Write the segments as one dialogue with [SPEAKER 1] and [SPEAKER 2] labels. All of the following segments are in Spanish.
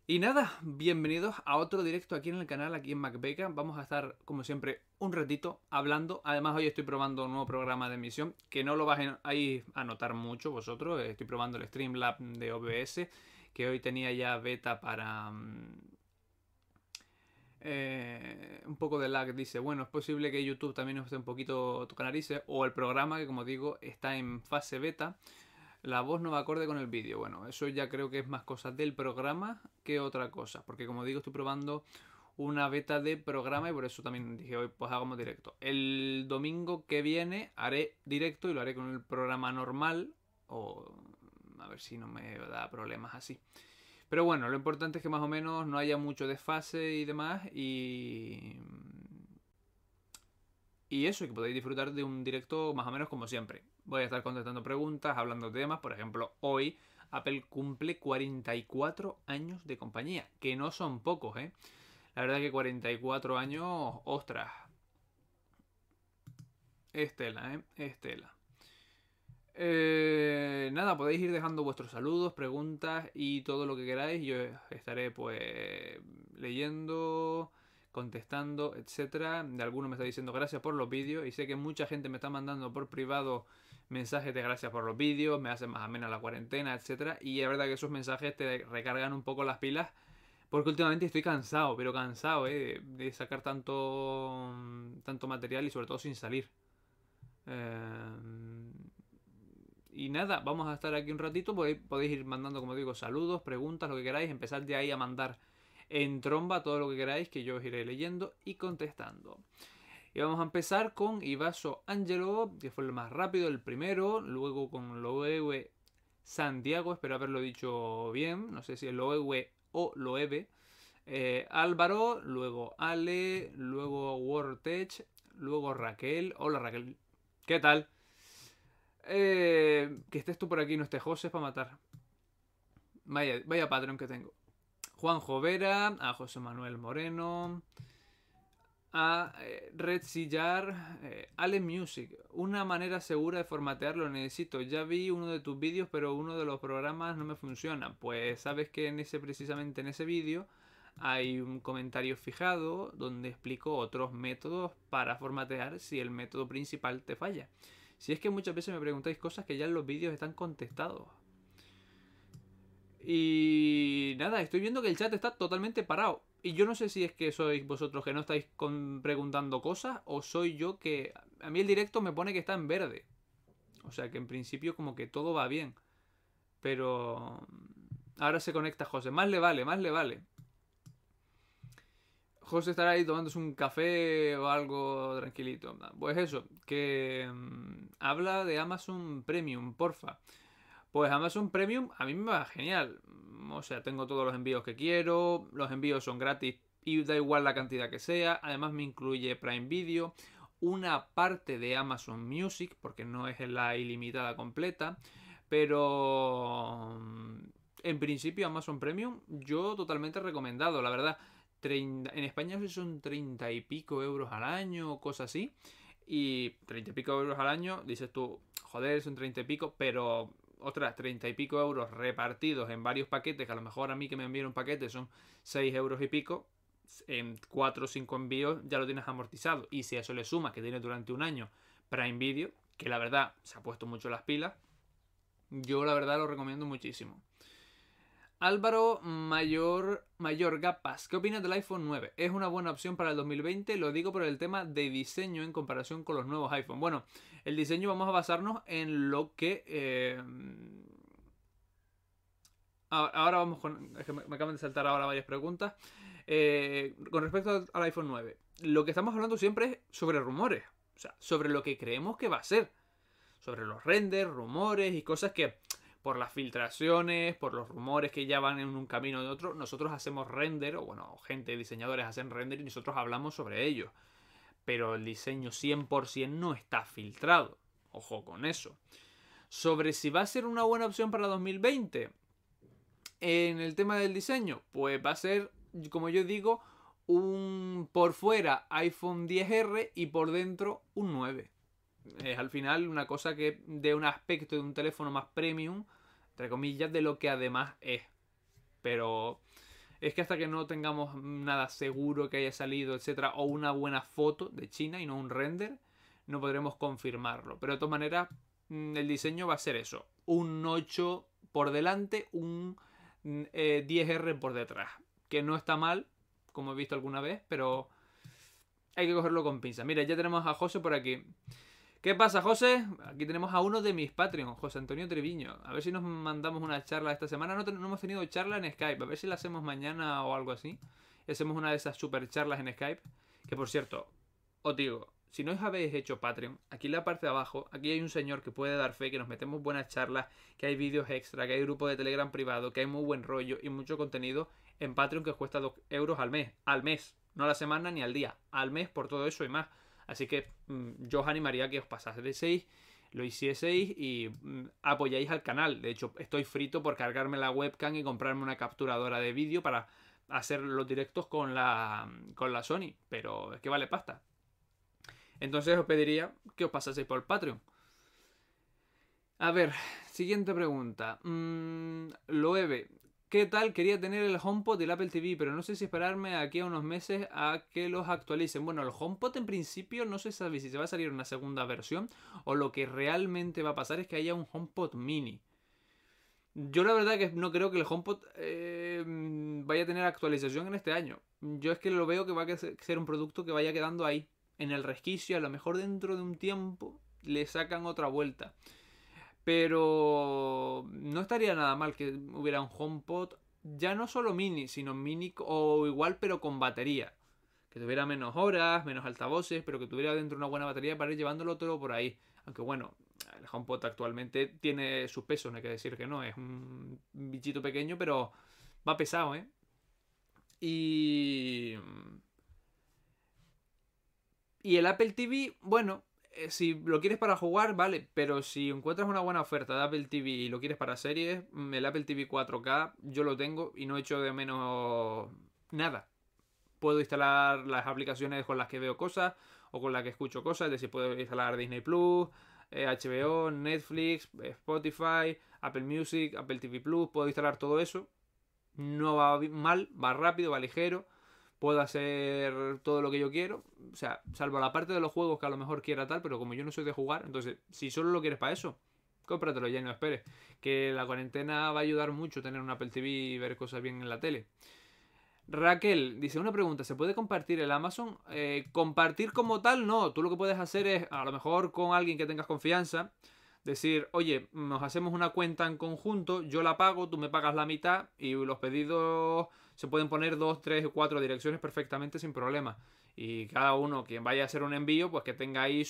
[SPEAKER 1] Y nada, bienvenidos a otro directo aquí en el canal, aquí en MacBeca. Vamos a estar, como siempre, un ratito hablando. Además, hoy estoy probando un nuevo programa de emisión que no lo vais a notar mucho vosotros. Estoy probando el Streamlab de OBS, que hoy tenía ya beta para un poco de lag. Dice, bueno, es posible que YouTube también nos esté un poquito toca narices, o el programa que, como digo, está en fase beta. La voz no va acorde con el vídeo. Bueno, eso ya creo que es más cosa del programa que otra cosa. Porque como digo, estoy probando una beta de programa y por eso también dije hoy pues hagamos directo. El domingo que viene haré directo y lo haré con el programa normal. O a ver si no me da problemas así. Pero bueno, lo importante es que más o menos no haya mucho desfase y demás. Y eso, y que podáis disfrutar de un directo más o menos como siempre. Voy a estar contestando preguntas, hablando de temas. Por ejemplo, hoy Apple cumple 44 años de compañía, que no son pocos, ¿eh? La verdad que 44 años, ostras, estela, ¿eh? Estela. Nada, podéis ir dejando vuestros saludos, preguntas y todo lo que queráis. Yo estaré pues leyendo, contestando, etcétera. De alguno me está diciendo gracias por los vídeos y sé que mucha gente me está mandando por privado mensajes de gracias por los vídeos, me hacen más amena la cuarentena, etcétera. Y es verdad que esos mensajes te recargan un poco las pilas porque últimamente estoy cansado, pero cansado, de sacar tanto material y sobre todo sin salir. Eh, y nada, vamos a estar aquí un ratito. Podéis ir mandando, como digo, saludos, preguntas, lo que queráis. Empezar de ahí a mandar en tromba todo lo que queráis, que yo os iré leyendo y contestando. Y vamos a empezar con Ivaso Angelo, que fue el más rápido, el primero. Luego con Loewe Santiago, espero haberlo dicho bien. No sé si es Loewe o Loewe. Álvaro, luego Ale, luego Wartech, luego Raquel. Hola Raquel, ¿qué tal? Que estés tú por aquí y no estés José para matar. Vaya patrón que tengo. Juanjo Vera, a José Manuel Moreno, a Red Sillar, Ale Music. Una manera segura de formatear lo necesito. Ya vi uno de tus vídeos, pero uno de los programas no me funciona. Pues sabes que precisamente en ese vídeo hay un comentario fijado donde explico otros métodos para formatear si el método principal te falla. Si es que muchas veces me preguntáis cosas que ya en los vídeos están contestados. Y nada, estoy viendo que el chat está totalmente parado. Y yo no sé si es que sois vosotros que no estáis preguntando cosas o soy yo que... A mí el directo me pone que está en verde. O sea que en principio como que todo va bien. Pero... Ahora se conecta José. Más le vale, más le vale. José estará ahí tomándose un café o algo tranquilito. Pues eso, que habla de Amazon Premium, porfa. Pues Amazon Premium a mí me va genial. O sea, tengo todos los envíos que quiero, los envíos son gratis y da igual la cantidad que sea. Además me incluye Prime Video, una parte de Amazon Music, porque no es la ilimitada completa. Pero en principio Amazon Premium yo totalmente recomendado, la verdad. En España son 30 y pico euros al año o cosas así. Y 30 y pico euros al año, dices tú, joder, son 30 y pico, pero otras 30 y pico euros repartidos en varios paquetes, que a lo mejor a mí que me envíen un paquete son 6 euros y pico, en 4 o 5 envíos ya lo tienes amortizado. Y si a eso le sumas que tienes durante un año Prime Video, que la verdad se ha puesto mucho las pilas, yo la verdad lo recomiendo muchísimo. Álvaro Mayor Gapas, ¿qué opinas del iPhone 9? ¿Es una buena opción para el 2020? Lo digo por el tema de diseño en comparación con los nuevos iPhone. Bueno, el diseño vamos a basarnos en lo que... ahora vamos con... Es que me acaban de saltar ahora varias preguntas. Con respecto al iPhone 9, lo que estamos hablando siempre es sobre rumores. O sea, sobre lo que creemos que va a ser. Sobre los renders, rumores y cosas que por las filtraciones, por los rumores que ya van en un camino de otro, nosotros hacemos render, o bueno, gente, diseñadores hacen render y nosotros hablamos sobre ello. Pero el diseño 100% no está filtrado. Ojo con eso. Sobre si va a ser una buena opción para 2020 en el tema del diseño, pues va a ser, como yo digo, un por fuera iPhone XR y por dentro un 9. Es al final una cosa que dé un aspecto de un teléfono más premium, entre comillas, de lo que además es. Pero Es que hasta que no tengamos nada seguro que haya salido, etcétera, o una buena foto de China y no un render, no podremos confirmarlo. Pero de todas maneras, el diseño va a ser eso. Un 8 por delante, un 10R por detrás. Que no está mal, como he visto alguna vez, pero hay que cogerlo con pinzas. Mira, ya tenemos a José por aquí. ¿Qué pasa, José? Aquí tenemos a uno de mis Patreons, José Antonio Treviño. A ver si nos mandamos una charla esta semana. No hemos tenido charla en Skype. A ver si la hacemos mañana o algo así. Y hacemos una de esas super charlas en Skype. Que por cierto, os digo, si no os habéis hecho Patreon, aquí en la parte de abajo, aquí hay un señor que puede dar fe, que nos metemos buenas charlas, que hay vídeos extra, que hay grupo de Telegram privado, que hay muy buen rollo y mucho contenido en Patreon que os cuesta 2 euros al mes. Al mes. No a la semana ni al día. Al mes por todo eso y más. Así que yo os animaría a que os pasaseis, lo hicieseis y apoyáis al canal. De hecho, estoy frito por cargarme la webcam y comprarme una capturadora de vídeo para hacer los directos con la Sony. Pero es que vale pasta. Entonces os pediría que os pasaseis por el Patreon. A ver, siguiente pregunta. Loewe. ¿Qué tal? Quería tener el HomePod y el Apple TV, pero no sé si esperarme aquí a unos meses a que los actualicen. Bueno, el HomePod en principio no se sabe si se va a salir una segunda versión o lo que realmente va a pasar es que haya un HomePod mini. Yo la verdad que no creo que el HomePod vaya a tener actualización en este año. Yo es que lo veo que va a ser un producto que vaya quedando ahí, en el resquicio. A lo mejor dentro de un tiempo le sacan otra vuelta. Pero no estaría nada mal que hubiera un HomePod ya no solo mini, sino mini o igual pero con batería. Que tuviera menos horas, menos altavoces, pero que tuviera dentro una buena batería para ir llevándolo todo por ahí. Aunque bueno, el HomePod actualmente tiene su peso, no hay que decir que no. Es un bichito pequeño, pero va pesado, ¿eh? Y... Y el Apple TV, bueno, si lo quieres para jugar, vale, pero si encuentras una buena oferta de Apple TV y lo quieres para series, el Apple TV 4K yo lo tengo y no echo de menos nada. Puedo instalar las aplicaciones con las que veo cosas o con las que escucho cosas, es decir, puedo instalar Disney Plus, HBO, Netflix, Spotify, Apple Music, Apple TV Plus, puedo instalar todo eso. No va mal, va rápido, va ligero. Puedo hacer todo lo que yo quiero. O sea, salvo la parte de los juegos que a lo mejor quiera tal, pero como yo no soy de jugar, entonces, si solo lo quieres para eso, cómpratelo ya y no esperes. Que la cuarentena va a ayudar mucho tener un Apple TV y ver cosas bien en la tele. Raquel dice una pregunta, ¿se puede compartir el Amazon? Compartir como tal, no. Tú lo que puedes hacer es, a lo mejor con alguien que tengas confianza, decir, oye, nos hacemos una cuenta en conjunto, yo la pago, tú me pagas la mitad y los pedidos se pueden poner 2, 3 o 4 direcciones perfectamente sin problema. Y cada uno, quien vaya a hacer un envío, pues que tenga ahí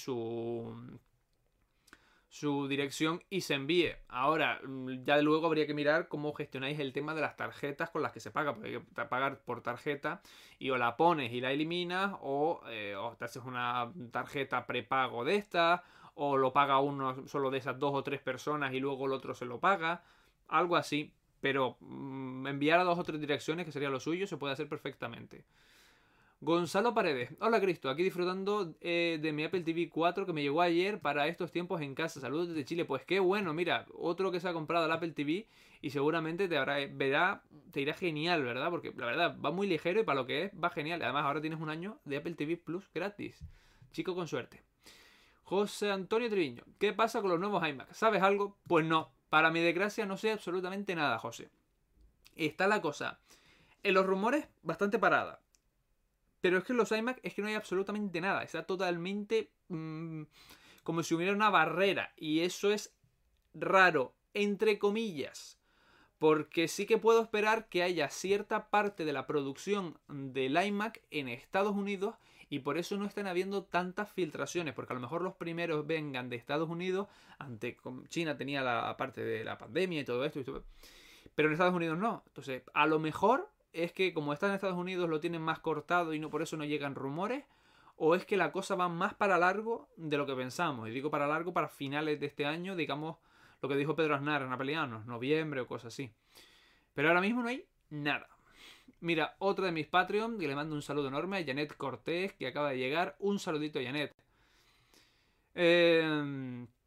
[SPEAKER 1] su dirección y se envíe. Ahora, ya luego habría que mirar cómo gestionáis el tema de las tarjetas con las que se paga, porque hay que pagar por tarjeta y o la pones y la eliminas o te haces una tarjeta prepago de esta o lo paga uno solo de esas 2 o 3 personas y luego el otro se lo paga, algo así. Pero enviar a 2 o 3 direcciones, que sería lo suyo, se puede hacer perfectamente. Gonzalo Paredes. Hola Cristo, aquí disfrutando de mi Apple TV 4 que me llegó ayer para estos tiempos en casa. Saludos desde Chile. Pues qué bueno, mira, otro que se ha comprado el Apple TV y seguramente te irá genial, ¿verdad? Porque la verdad va muy ligero y para lo que es va genial. Además ahora tienes un año de Apple TV Plus gratis. Chico con suerte. José Antonio Triviño. ¿Qué pasa con los nuevos iMac? ¿Sabes algo? Pues no. Para mi desgracia no sé absolutamente nada, José. Está la cosa. En los rumores, bastante parada. Pero es que en los iMac es que no hay absolutamente nada. Está totalmente como si hubiera una barrera. Y eso es raro, entre comillas. Porque sí que puedo esperar que haya cierta parte de la producción del iMac en Estados Unidos y por eso no están habiendo tantas filtraciones. Porque a lo mejor los primeros vengan de Estados Unidos. China tenía la parte de la pandemia y todo esto. Pero en Estados Unidos no. Entonces, a lo mejor es que como está en Estados Unidos lo tienen más cortado y no por eso no llegan rumores. O es que la cosa va más para largo de lo que pensamos. Y digo para largo para finales de este año, digamos lo que dijo Pedro Aznar en Apelianos, noviembre o cosas así. Pero ahora mismo no hay nada. Mira, otra de mis Patreon, que le mando un saludo enorme a Janet Cortés, que acaba de llegar. Un saludito a Janet.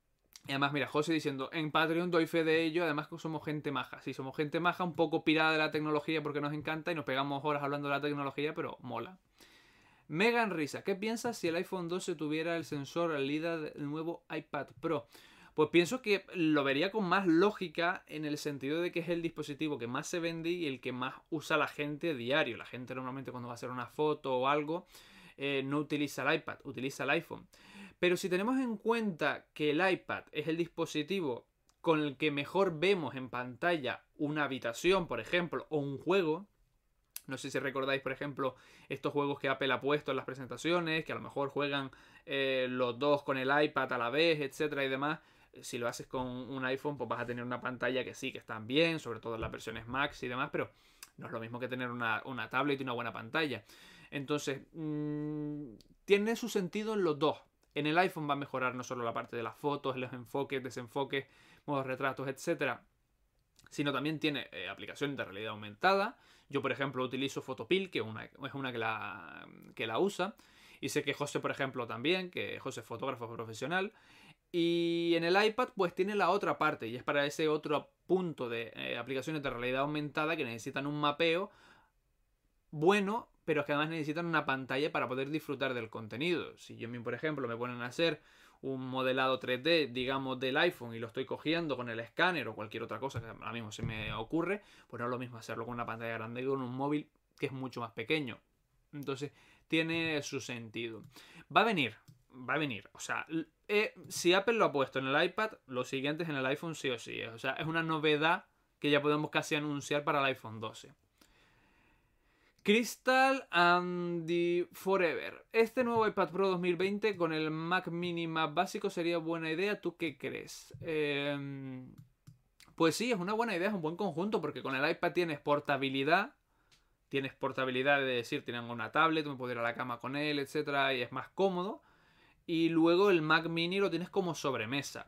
[SPEAKER 1] Y además, mira, José diciendo, en Patreon doy fe de ello, además que somos gente maja. Sí, somos gente maja, un poco pirada de la tecnología porque nos encanta y nos pegamos horas hablando de la tecnología, pero mola. Megan Risa, ¿qué piensas si el iPhone 12 tuviera el sensor LiDAR del nuevo iPad Pro? Pues pienso que lo vería con más lógica en el sentido de que es el dispositivo que más se vende y el que más usa la gente diario. La gente normalmente cuando va a hacer una foto o algo no utiliza el iPad, utiliza el iPhone. Pero si tenemos en cuenta que el iPad es el dispositivo con el que mejor vemos en pantalla una habitación, por ejemplo, o un juego, no sé si recordáis, por ejemplo, estos juegos que Apple ha puesto en las presentaciones, que a lo mejor juegan los dos con el iPad a la vez, etcétera y demás. Si lo haces con un iPhone, pues vas a tener una pantalla que sí, que están bien, sobre todo en las versiones Max y demás, pero no es lo mismo que tener una tablet y una buena pantalla. Entonces, tiene su sentido en los dos. En el iPhone va a mejorar no solo la parte de las fotos, los enfoques, desenfoques, modos retratos, etcétera, sino también tiene aplicaciones de realidad aumentada. Yo, por ejemplo, utilizo Photopil, que es una que la usa. Y sé que José, por ejemplo, también, que José es fotógrafo profesional. Y en el iPad, pues tiene la otra parte, y es para ese otro punto de aplicaciones de realidad aumentada que necesitan un mapeo bueno, pero que además necesitan una pantalla para poder disfrutar del contenido. Si yo, por ejemplo, me ponen a hacer un modelado 3D, digamos, del iPhone y lo estoy cogiendo con el escáner o cualquier otra cosa que ahora mismo se me ocurre, pues no es lo mismo hacerlo con una pantalla grande que con un móvil que es mucho más pequeño. Entonces, tiene su sentido. Va a venir, va a venir. O sea, si Apple lo ha puesto en el iPad, lo siguiente es en el iPhone sí o sí. O sea, es una novedad que ya podemos casi anunciar para el iPhone 12. Crystal and the Forever. Este nuevo iPad Pro 2020 con el Mac Mini más básico sería buena idea. ¿Tú qué crees? Pues sí, es una buena idea, es un buen conjunto porque con el iPad tienes portabilidad. Tienes portabilidad de decir, tienes una tablet, me puedo ir a la cama con él, etcétera, y es más cómodo. Y luego el Mac Mini lo tienes como sobremesa.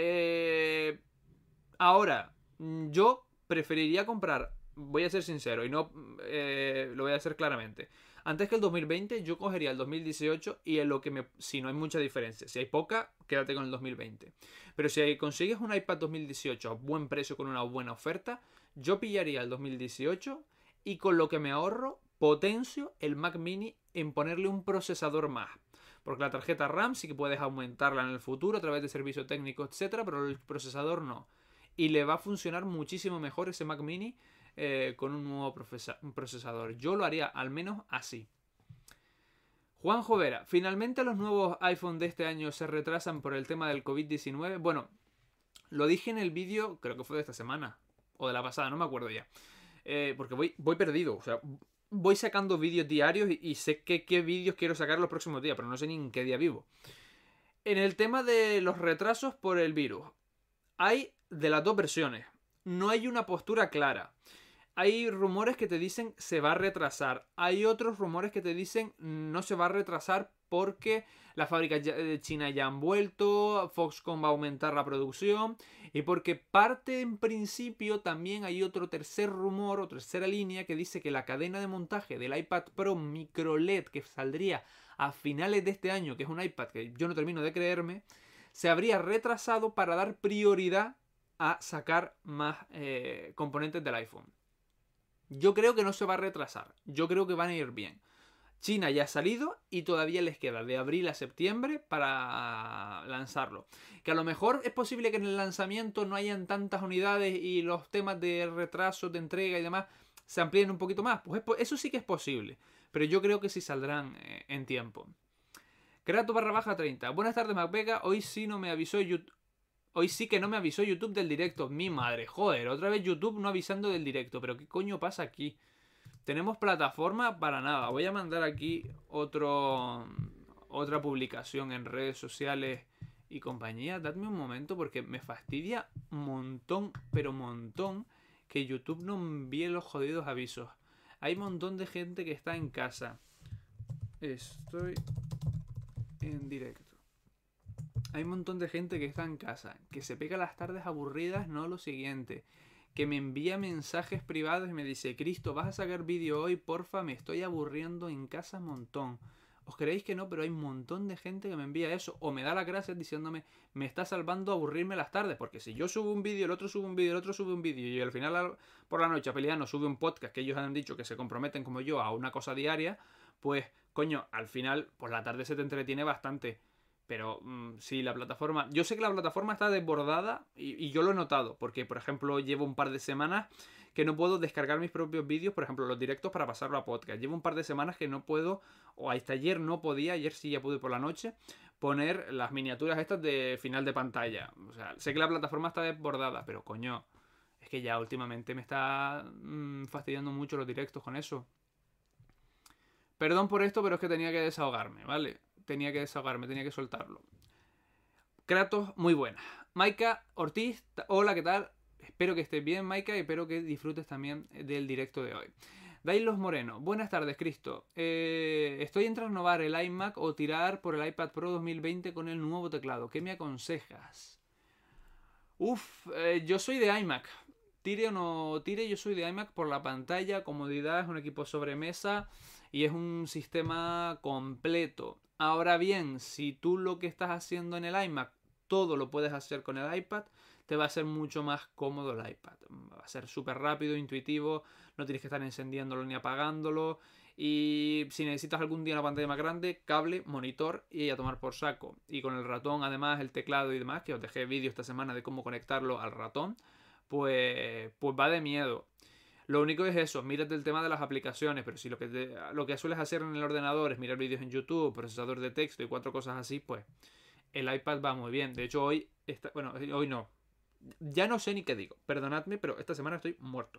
[SPEAKER 1] Ahora, yo preferiría comprar, voy a ser sincero y no lo voy a hacer claramente. Antes que el 2020, yo cogería el 2018 y en lo que si no hay mucha diferencia. Si hay poca, quédate con el 2020. Pero si consigues un iPad 2018 a buen precio con una buena oferta, yo pillaría el 2018 y con lo que me ahorro, potencio el Mac Mini en ponerle un procesador más. Porque la tarjeta RAM sí que puedes aumentarla en el futuro a través de servicio técnico, etcétera, pero el procesador no. Y le va a funcionar muchísimo mejor ese Mac Mini con un nuevo procesador. Yo lo haría al menos así. Juanjo Vera, ¿finalmente los nuevos iPhone de este año se retrasan por el tema del COVID-19? Bueno, lo dije en el vídeo, creo que fue de esta semana, o de la pasada, no me acuerdo ya. Porque voy perdido, o sea, voy sacando vídeos diarios y sé qué vídeos quiero sacar los próximos días, pero no sé ni en qué día vivo. En el tema de los retrasos por el virus, hay de las dos versiones. No hay una postura clara. Hay rumores que te dicen se va a retrasar. Hay otros rumores que te dicen no se va a retrasar porque las fábricas de China ya han vuelto, Foxconn va a aumentar la producción y porque parte en principio también hay otro tercer rumor o tercera línea que dice que la cadena de montaje del iPad Pro Micro LED que saldría a finales de este año, que es un iPad que yo no termino de creerme, se habría retrasado para dar prioridad a sacar más componentes del iPhone. Yo creo que no se va a retrasar. Yo creo que van a ir bien. China ya ha salido y todavía les queda de abril a septiembre para lanzarlo. Que a lo mejor es posible que en el lanzamiento no hayan tantas unidades y los temas de retraso, de entrega y demás se amplíen un poquito más. Pues eso sí que es posible. Pero yo creo que sí saldrán en tiempo. Krato_30. Buenas tardes, MacVega. Hoy sí no me avisó YouTube. Hoy sí que no me avisó YouTube del directo. Mi madre, joder, otra vez YouTube no avisando del directo. Pero ¿qué coño pasa aquí? Tenemos plataforma para nada. Voy a mandar aquí otra publicación en redes sociales y compañía. Dadme un momento porque me fastidia un montón, pero un montón, que YouTube no envíe los jodidos avisos. Hay un montón de gente que está en casa. Estoy en directo. Hay un montón de gente que está en casa, que se pega las tardes aburridas, no lo siguiente, que me envía mensajes privados y me dice, Cristo, ¿vas a sacar vídeo hoy? Porfa, me estoy aburriendo en casa un montón. Os creéis que no, pero hay un montón de gente que me envía eso o me da las gracias diciéndome me está salvando aburrirme las tardes, porque si yo subo un vídeo, el otro sube un vídeo, el otro sube un vídeo y al final por la noche Apeliano sube un podcast que ellos han dicho que se comprometen como yo a una cosa diaria, pues coño, al final por la tarde se te entretiene bastante. Pero sí, la plataforma... Yo sé que la plataforma está desbordada y yo lo he notado, porque por ejemplo llevo un par de semanas que no puedo descargar mis propios vídeos, por ejemplo los directos para pasarlo a podcast. Llevo un par de semanas que no puedo, o hasta ayer no podía, ayer sí ya pude por la noche, poner las miniaturas estas de final de pantalla. O sea, sé que la plataforma está desbordada, pero coño, es que ya últimamente me está fastidiando mucho los directos con eso. Perdón por esto, pero es que tenía que desahogarme, ¿vale? Tenía que desahogarme, tenía que soltarlo. Kratos, muy buena. Maika Ortiz, hola, ¿qué tal? Espero que estés bien, Maika, y espero que disfrutes también del directo de hoy. Dailos Moreno, buenas tardes, Cristo. Estoy entre renovar el iMac o tirar por el iPad Pro 2020 con el nuevo teclado. ¿Qué me aconsejas? Yo soy de iMac. Tire o no tire, yo soy de iMac por la pantalla, comodidad, es un equipo sobremesa y es un sistema completo. Ahora bien, si tú lo que estás haciendo en el iMac todo lo puedes hacer con el iPad, te va a ser mucho más cómodo el iPad. Va a ser súper rápido, intuitivo, no tienes que estar encendiéndolo ni apagándolo. Y si necesitas algún día una pantalla más grande, cable, monitor y a tomar por saco. Y con el ratón, además, el teclado y demás, que os dejé vídeo esta semana de cómo conectarlo al ratón, pues va de miedo. Lo único es eso, mírate el tema de las aplicaciones, pero si lo que sueles hacer en el ordenador es mirar vídeos en YouTube, procesador de texto y 4 cosas así, pues el iPad va muy bien. De hecho, hoy no. Ya no sé ni qué digo. Perdonadme, pero esta semana estoy muerto.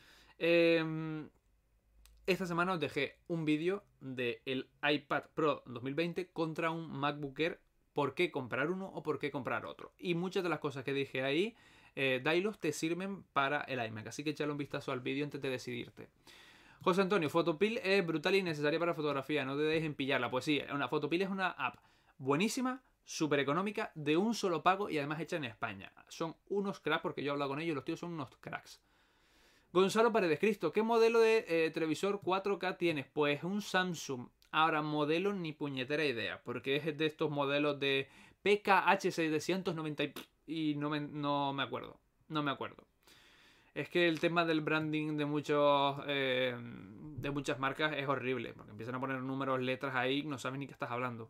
[SPEAKER 1] Esta semana os dejé un vídeo del iPad Pro 2020 contra un MacBook Air. ¿Por qué comprar uno o por qué comprar otro? Y muchas de las cosas que dije ahí, Dailos, te sirven para el iMac. Así que échale un vistazo al vídeo antes de decidirte. José Antonio, Photopil es brutal y necesaria para fotografía. No te dejes en pillarla. Pues sí, Photopil es una app buenísima, súper económica, de un solo pago y además hecha en España. Son unos cracks, porque yo he hablado con ellos, los tíos son unos cracks. Gonzalo Paredes Cristo, ¿qué modelo de televisor 4K tienes? Pues un Samsung. Ahora, modelo ni puñetera idea, porque es de estos modelos de PKH690 y no me acuerdo. No me acuerdo. Es que el tema del branding de muchas marcas es horrible, porque empiezan a poner números, letras ahí, no sabes ni qué estás hablando.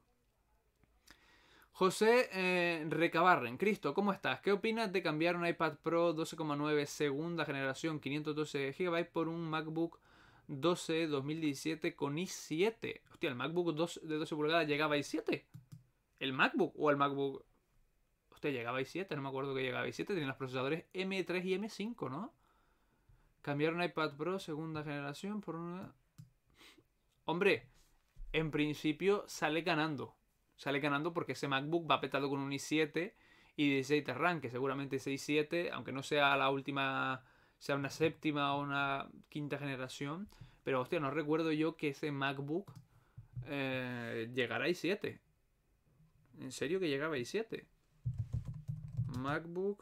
[SPEAKER 1] José Recabarren, Cristo, ¿cómo estás? ¿Qué opinas de cambiar un iPad Pro 12,9 segunda generación 512 GB por un MacBook 12 2017 con i7? Hostia, el MacBook de 12 pulgadas llegaba a i7. ¿El MacBook o el MacBook? Hostia, llegaba a i7, no me acuerdo que llegaba a i7. Tienen los procesadores M3 y M5, ¿no? Cambiar un iPad Pro segunda generación por una... Hombre, en principio sale ganando. Sale ganando porque ese MacBook va petado con un i7 y 16 de RAM, que seguramente ese i7, aunque no sea la última, sea una séptima o una quinta generación, pero hostia, no recuerdo yo que ese MacBook llegara a i7. ¿En serio que llegaba a i7? MacBook...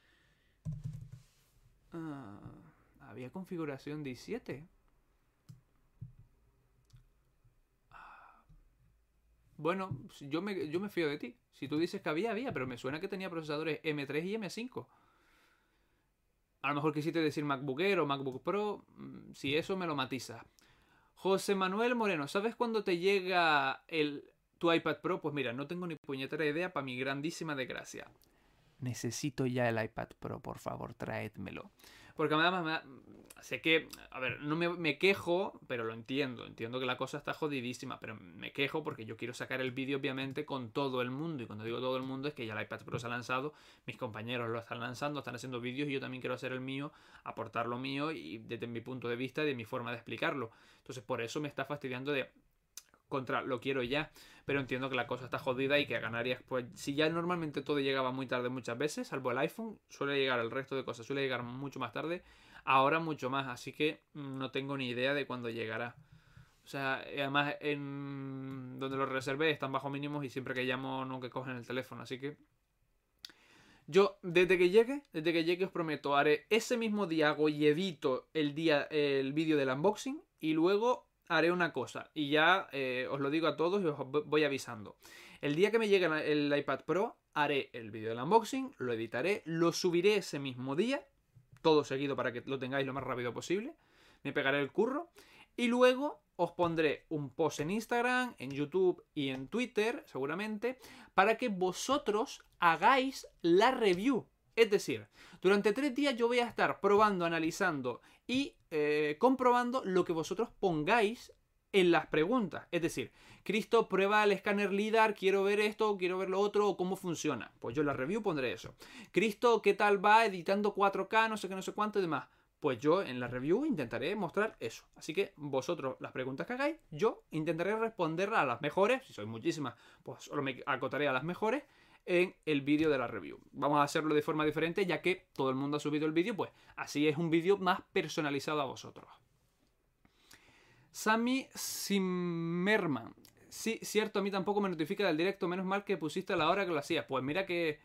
[SPEAKER 1] había configuración de i7. Bueno, yo me fío de ti. Si tú dices que había, pero me suena que tenía procesadores M3 y M5. A lo mejor quisiste decir MacBook Air o MacBook Pro. Si eso me lo matiza. José Manuel Moreno, ¿sabes cuándo te llega tu iPad Pro? Pues mira, no tengo ni puñetera idea, para mi grandísima desgracia. Necesito ya el iPad Pro, por favor, traédmelo. Porque además sé que, a ver, no me quejo, pero lo entiendo. Entiendo que la cosa está jodidísima, pero me quejo porque yo quiero sacar el vídeo, obviamente, con todo el mundo. Y cuando digo todo el mundo es que ya el iPad Pro se ha lanzado, mis compañeros lo están lanzando, están haciendo vídeos y yo también quiero hacer el mío, aportar lo mío y desde mi punto de vista y de mi forma de explicarlo. Entonces, por eso me está fastidiando de... lo quiero ya, pero entiendo que la cosa está jodida y que a Canarias, pues si ya normalmente todo llegaba muy tarde muchas veces, salvo el iPhone, suele llegar el resto de cosas, suele llegar mucho más tarde, ahora mucho más, así que no tengo ni idea de cuándo llegará. O sea, además en donde lo reservé están bajo mínimos y siempre que llamo no que cogen el teléfono, así que yo desde que llegue os prometo, haré ese mismo día, hago y edito el vídeo del unboxing y luego haré una cosa. Y ya os lo digo a todos y os voy avisando. El día que me llegue el iPad Pro, haré el vídeo del unboxing, lo editaré, lo subiré ese mismo día, todo seguido para que lo tengáis lo más rápido posible. Me pegaré el curro. Y luego os pondré un post en Instagram, en YouTube y en Twitter, seguramente, para que vosotros hagáis la review. Es decir, durante 3 días yo voy a estar probando, analizando y comprobando lo que vosotros pongáis en las preguntas. Es decir, Cristo, prueba el escáner LiDAR, quiero ver esto, quiero ver lo otro, o cómo funciona. Pues yo en la review pondré eso. Cristo, ¿qué tal va editando 4K, no sé qué, no sé cuánto y demás? Pues yo en la review intentaré mostrar eso. Así que vosotros las preguntas que hagáis, yo intentaré responder a las mejores. Si sois muchísimas, pues solo me acotaré a las mejores en el vídeo de la review. Vamos a hacerlo de forma diferente, ya que todo el mundo ha subido el vídeo, pues así es un vídeo más personalizado a vosotros. Sammy Zimmerman. Sí, cierto, a mí tampoco me notifica del directo, menos mal que pusiste a la hora que lo hacías. Pues mira que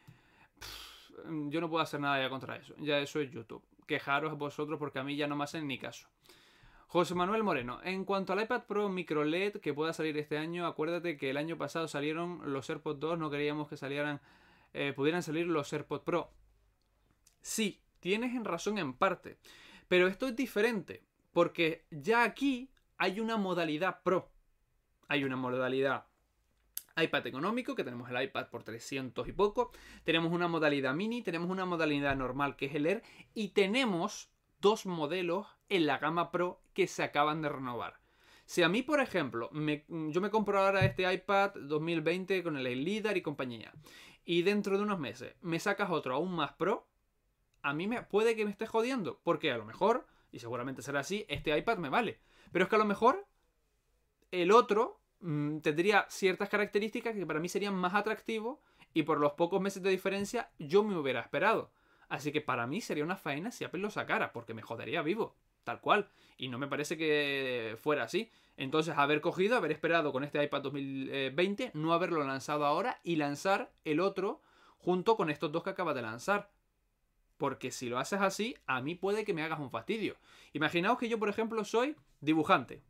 [SPEAKER 1] yo no puedo hacer nada ya contra eso. Ya eso es YouTube. Quejaros vosotros porque a mí ya no me hacen ni caso. José Manuel Moreno, en cuanto al iPad Pro Micro LED que pueda salir este año, acuérdate que el año pasado salieron los AirPods 2, no queríamos que pudieran salir los AirPods Pro. Sí, tienes razón en parte, pero esto es diferente, porque ya aquí hay una modalidad Pro. Hay una modalidad iPad económico, que tenemos el iPad por 300 y poco, tenemos una modalidad mini, tenemos una modalidad normal que es el Air, y tenemos 2 modelos en la gama Pro que se acaban de renovar. Si a mí, por ejemplo, yo me compro ahora este iPad 2020 con el LiDAR y compañía, y dentro de unos meses me sacas otro aún más Pro, a mí puede que me esté jodiendo, porque a lo mejor, y seguramente será así, este iPad me vale. Pero es que a lo mejor el otro tendría ciertas características que para mí serían más atractivos y por los pocos meses de diferencia yo me hubiera esperado. Así que para mí sería una faena si Apple lo sacara, porque me jodería vivo, tal cual. Y no me parece que fuera así. Entonces, haber cogido, haber esperado con este iPad 2020, no haberlo lanzado ahora y lanzar el otro junto con estos dos que acaba de lanzar. Porque si lo haces así, a mí puede que me hagas un fastidio. Imaginaos que yo, por ejemplo, soy dibujante.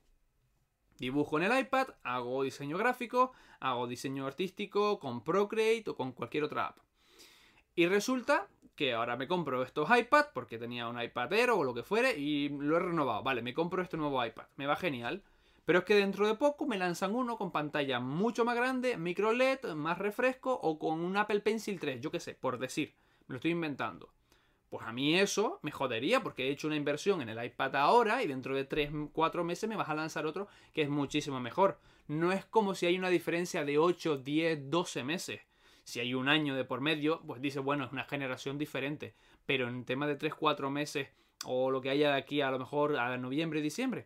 [SPEAKER 1] Dibujo en el iPad, hago diseño gráfico, hago diseño artístico con Procreate o con cualquier otra app. Y resulta que ahora me compro estos iPad porque tenía un iPad Air o lo que fuere y lo he renovado. Vale, me compro este nuevo iPad. Me va genial. Pero es que dentro de poco me lanzan uno con pantalla mucho más grande, micro LED, más refresco o con un Apple Pencil 3, yo qué sé, por decir. Me lo estoy inventando. Pues a mí eso me jodería porque he hecho una inversión en el iPad ahora y dentro de 3-4 meses me vas a lanzar otro que es muchísimo mejor. No es como si hay una diferencia de 8, 10, 12 meses. Si hay un año de por medio, pues dices, bueno, es una generación diferente. Pero en tema de 3-4 meses o lo que haya de aquí a lo mejor a noviembre, diciembre,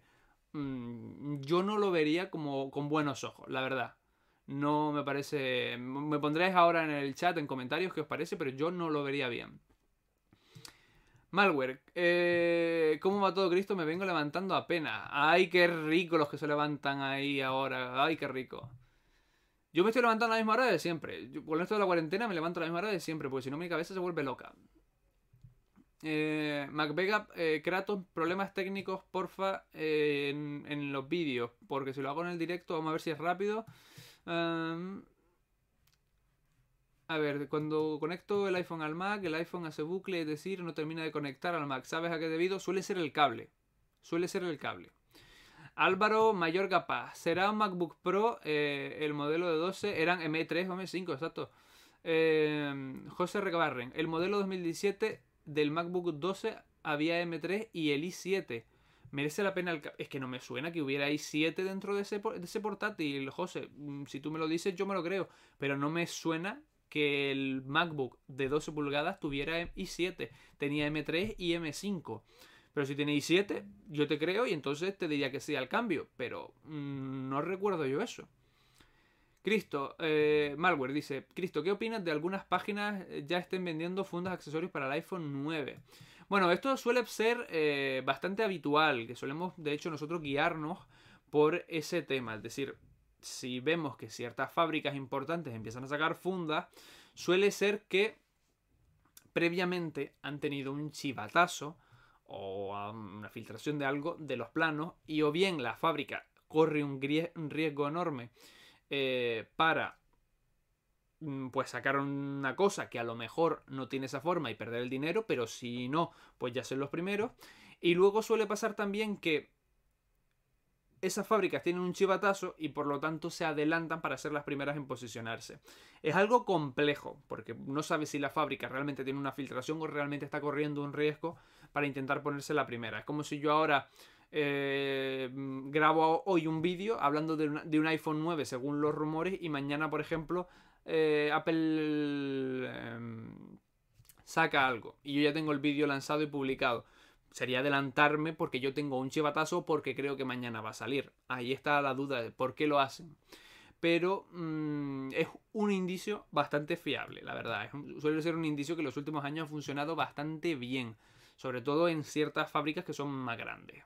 [SPEAKER 1] yo no lo vería como con buenos ojos, la verdad. No me parece... Me pondréis ahora en el chat, en comentarios, qué os parece, pero yo no lo vería bien. Malware. ¿Cómo va todo, Cristo? Me vengo levantando apenas. Ay, qué rico los que se levantan ahí ahora. Ay, qué rico. Yo me estoy levantando a la misma hora de siempre. Por esto de la cuarentena me levanto a la misma hora de siempre, porque si no mi cabeza se vuelve loca. MacVega, Kratos, problemas técnicos, porfa, en los vídeos. Porque si lo hago en el directo, vamos a ver si es rápido. A ver, cuando conecto el iPhone al Mac, el iPhone hace bucle, es decir, no termina de conectar al Mac. ¿Sabes a qué debido? Suele ser el cable. Suele ser el cable. Álvaro Mayor Capaz. ¿Será un MacBook Pro el modelo de 12? Eran M3 o M5, exacto. José Recabarren. El modelo 2017 del MacBook 12 había M3 y el i7. ¿Merece la pena el Es que no me suena que hubiera i7 dentro de ese portátil, José. Si tú me lo dices, yo me lo creo. Pero no me suena que el MacBook de 12 pulgadas tuviera i7. Tenía M3 y M5. Pero si tiene i7, yo te creo y entonces te diría que sí al cambio. Pero no recuerdo yo eso. Cristo, Malware dice, Cristo, ¿qué opinas de algunas páginas ya estén vendiendo fundas accesorios para el iPhone 9? Bueno, esto suele ser bastante habitual, que solemos de hecho nosotros guiarnos por ese tema. Es decir, si vemos que ciertas fábricas importantes empiezan a sacar fundas, suele ser que previamente han tenido un chivatazo o a una filtración de algo de los planos, y o bien la fábrica corre un riesgo enorme para pues sacar una cosa que a lo mejor no tiene esa forma y perder el dinero, pero si no, pues ya son los primeros. Y luego suele pasar también que esas fábricas tienen un chivatazo y por lo tanto se adelantan para ser las primeras en posicionarse. Es algo complejo, porque no sabes si la fábrica realmente tiene una filtración o realmente está corriendo un riesgo para intentar ponerse la primera. Es como si yo ahora grabo hoy un vídeo hablando de un iPhone 9 según los rumores y mañana, por ejemplo, Apple saca algo y yo ya tengo el vídeo lanzado y publicado. Sería adelantarme porque yo tengo un chivatazo porque creo que mañana va a salir. Ahí está la duda de por qué lo hacen. Pero es un indicio bastante fiable, la verdad. Suele ser un indicio que en los últimos años ha funcionado bastante bien. Sobre todo en ciertas fábricas que son más grandes.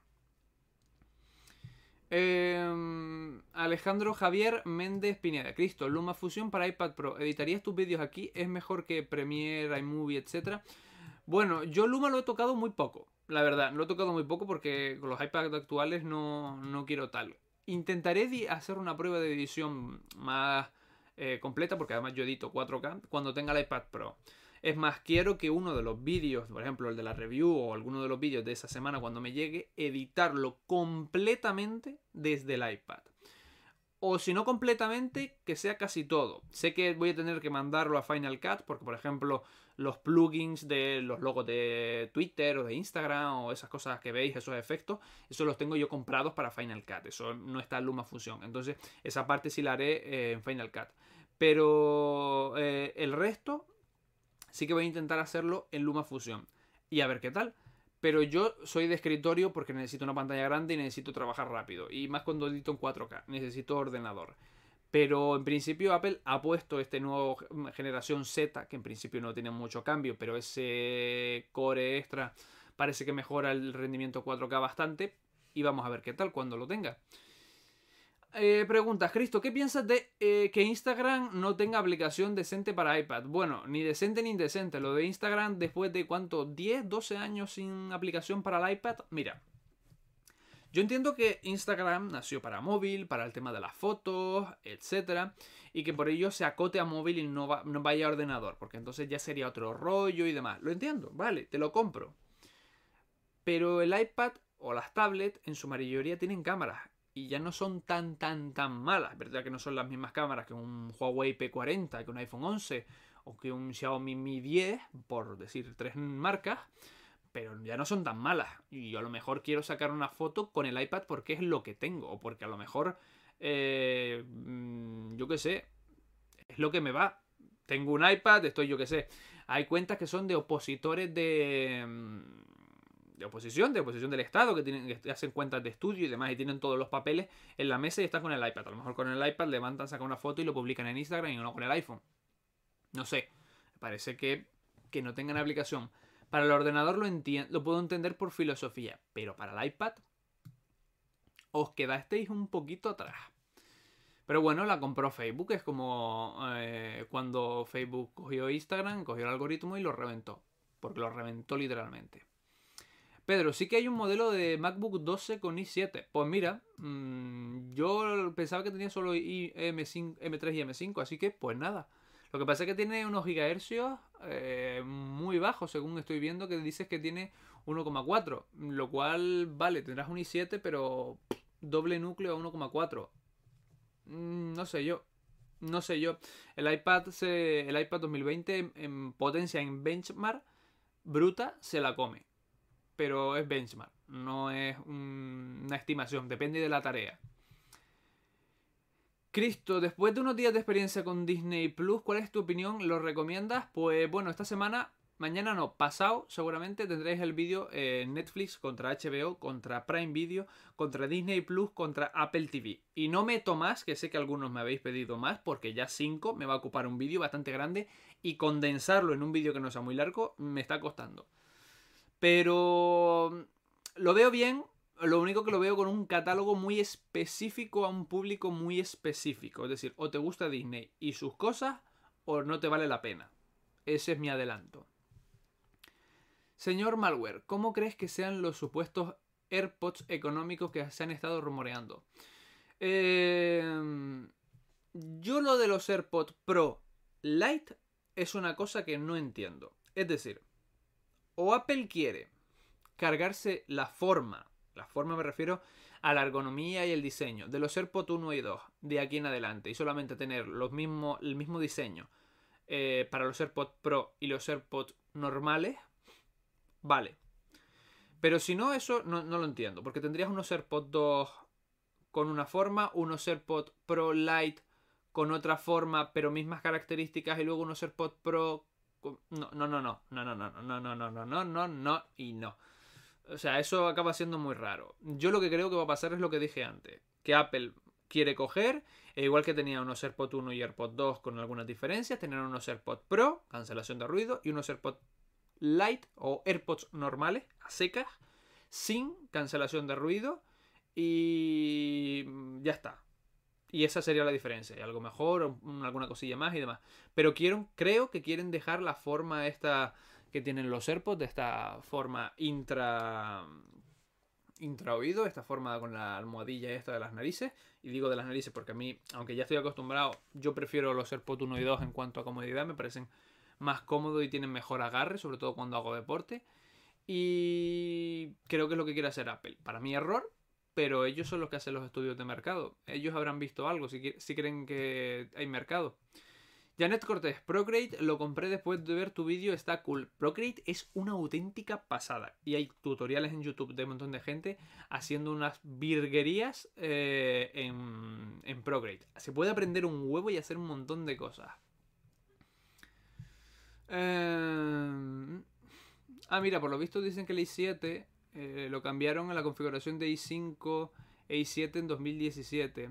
[SPEAKER 1] Alejandro Javier Méndez Pineda. Cristo, LumaFusion para iPad Pro. ¿Editarías tus vídeos aquí? ¿Es mejor que Premiere, iMovie, etcétera? Bueno, yo Luma lo he tocado muy poco, la verdad. Lo he tocado muy poco porque con los iPads actuales no quiero tal. Intentaré hacer una prueba de edición más completa porque además yo edito 4K cuando tenga el iPad Pro. Es más, quiero que uno de los vídeos, por ejemplo el de la review o alguno de los vídeos de esa semana cuando me llegue, editarlo completamente desde el iPad. O si no completamente, que sea casi todo. Sé que voy a tener que mandarlo a Final Cut porque, por ejemplo, los plugins de los logos de Twitter o de Instagram o esas cosas que veis, esos efectos, eso los tengo yo comprados para Final Cut. Eso no está en LumaFusion. Entonces, esa parte sí la haré en Final Cut. Pero el resto sí que voy a intentar hacerlo en LumaFusion. Y a ver qué tal. Pero yo soy de escritorio porque necesito una pantalla grande y necesito trabajar rápido. Y más cuando edito en 4K. Necesito ordenador. Pero en principio Apple ha puesto este nuevo generación Z, que en principio no tiene mucho cambio, pero ese core extra parece que mejora el rendimiento 4K bastante. Y vamos a ver qué tal cuando lo tenga. Preguntas, Cristo, ¿qué piensas de que Instagram no tenga aplicación decente para iPad? Bueno, ni decente ni indecente. Lo de Instagram después de ¿cuánto? 10, 12 años sin aplicación para el iPad. Mira, yo entiendo que Instagram nació para móvil, para el tema de las fotos, etcétera, y que por ello se acote a móvil y no vaya a ordenador, porque entonces ya sería otro rollo y demás. Lo entiendo, vale, te lo compro. Pero el iPad o las tablets en su mayoría tienen cámaras y ya no son tan malas. ¿Verdad que no son las mismas cámaras que un Huawei P40, que un iPhone 11 o que un Xiaomi Mi 10, por decir 3 marcas? Pero ya no son tan malas. Y yo a lo mejor quiero sacar una foto con el iPad porque es lo que tengo. O porque a lo mejor, yo qué sé, es lo que me va. Tengo un iPad, estoy yo qué sé. Hay cuentas que son de opositores de oposición del Estado, que hacen cuentas de estudio y demás, y tienen todos los papeles en la mesa y están con el iPad. A lo mejor con el iPad levantan, sacan una foto y lo publican en Instagram y no con el iPhone. No sé, me parece que no tengan aplicación. Para el ordenador lo puedo entender por filosofía, pero para el iPad os quedasteis un poquito atrás. Pero bueno, la compró Facebook, es como cuando Facebook cogió Instagram, cogió el algoritmo y lo reventó, porque lo reventó literalmente. Pedro, sí que hay un modelo de MacBook 12 con i7. Pues mira, yo pensaba que tenía solo M3 y M5, así que pues nada. Lo que pasa es que tiene unos gigahercios muy bajos, según estoy viendo, que dices que tiene 1,4. Lo cual, vale, tendrás un i7, pero doble núcleo a 1,4. No sé yo. No sé yo. El iPad 2020 en potencia en benchmark bruta se la come. Pero es benchmark, no es una estimación, depende de la tarea. Cristo, después de unos días de experiencia con Disney Plus, ¿cuál es tu opinión? ¿Lo recomiendas? Pues bueno, esta semana, mañana no, pasado, seguramente tendréis el vídeo Netflix contra HBO, contra Prime Video, contra Disney Plus, contra Apple TV. Y no meto más, que sé que algunos me habéis pedido más, porque ya 5 me va a ocupar un vídeo bastante grande y condensarlo en un vídeo que no sea muy largo me está costando. Pero lo veo bien. Lo único que lo veo con un catálogo muy específico a un público muy específico. Es decir, o te gusta Disney y sus cosas, o no te vale la pena. Ese es mi adelanto. Señor Malware, ¿cómo crees que sean los supuestos AirPods económicos que se han estado rumoreando? Yo lo de los AirPods Pro Lite es una cosa que no entiendo. Es decir, o Apple quiere cargarse la forma me refiero a la ergonomía y el diseño de los AirPods 1 y 2 de aquí en adelante y solamente tener el mismo diseño para los AirPods Pro y los AirPods normales, vale. Pero si no, eso no lo entiendo, porque tendrías unos AirPods 2 con una forma, unos AirPods Pro Lite con otra forma, pero mismas características, y luego unos AirPods Pro con... no y no. O sea, eso acaba siendo muy raro. Yo lo que creo que va a pasar es lo que dije antes, que Apple quiere coger, igual que tenía unos AirPods 1 y AirPods 2 con algunas diferencias, tener unos AirPods Pro, cancelación de ruido, y unos AirPods Lite o AirPods normales, a secas, sin cancelación de ruido, y ya está. Y esa sería la diferencia. Y algo mejor, alguna cosilla más y demás. Pero creo que quieren dejar la forma esta que tienen los AirPods, de esta forma intraoído, esta forma con la almohadilla esta de las narices. Y digo de las narices porque a mí, aunque ya estoy acostumbrado, yo prefiero los AirPods 1 y 2 en cuanto a comodidad. Me parecen más cómodos y tienen mejor agarre, sobre todo cuando hago deporte. Y creo que es lo que quiere hacer Apple. Para mí error, pero ellos son los que hacen los estudios de mercado. Ellos habrán visto algo, si creen que hay mercado. Janet Cortés, Procreate lo compré después de ver tu vídeo, está cool. Procreate es una auténtica pasada. Y hay tutoriales en YouTube de un montón de gente haciendo unas virguerías en Procreate. Se puede aprender un huevo y hacer un montón de cosas. Mira, por lo visto dicen que el i7 lo cambiaron a la configuración de i5 e i7 en 2017.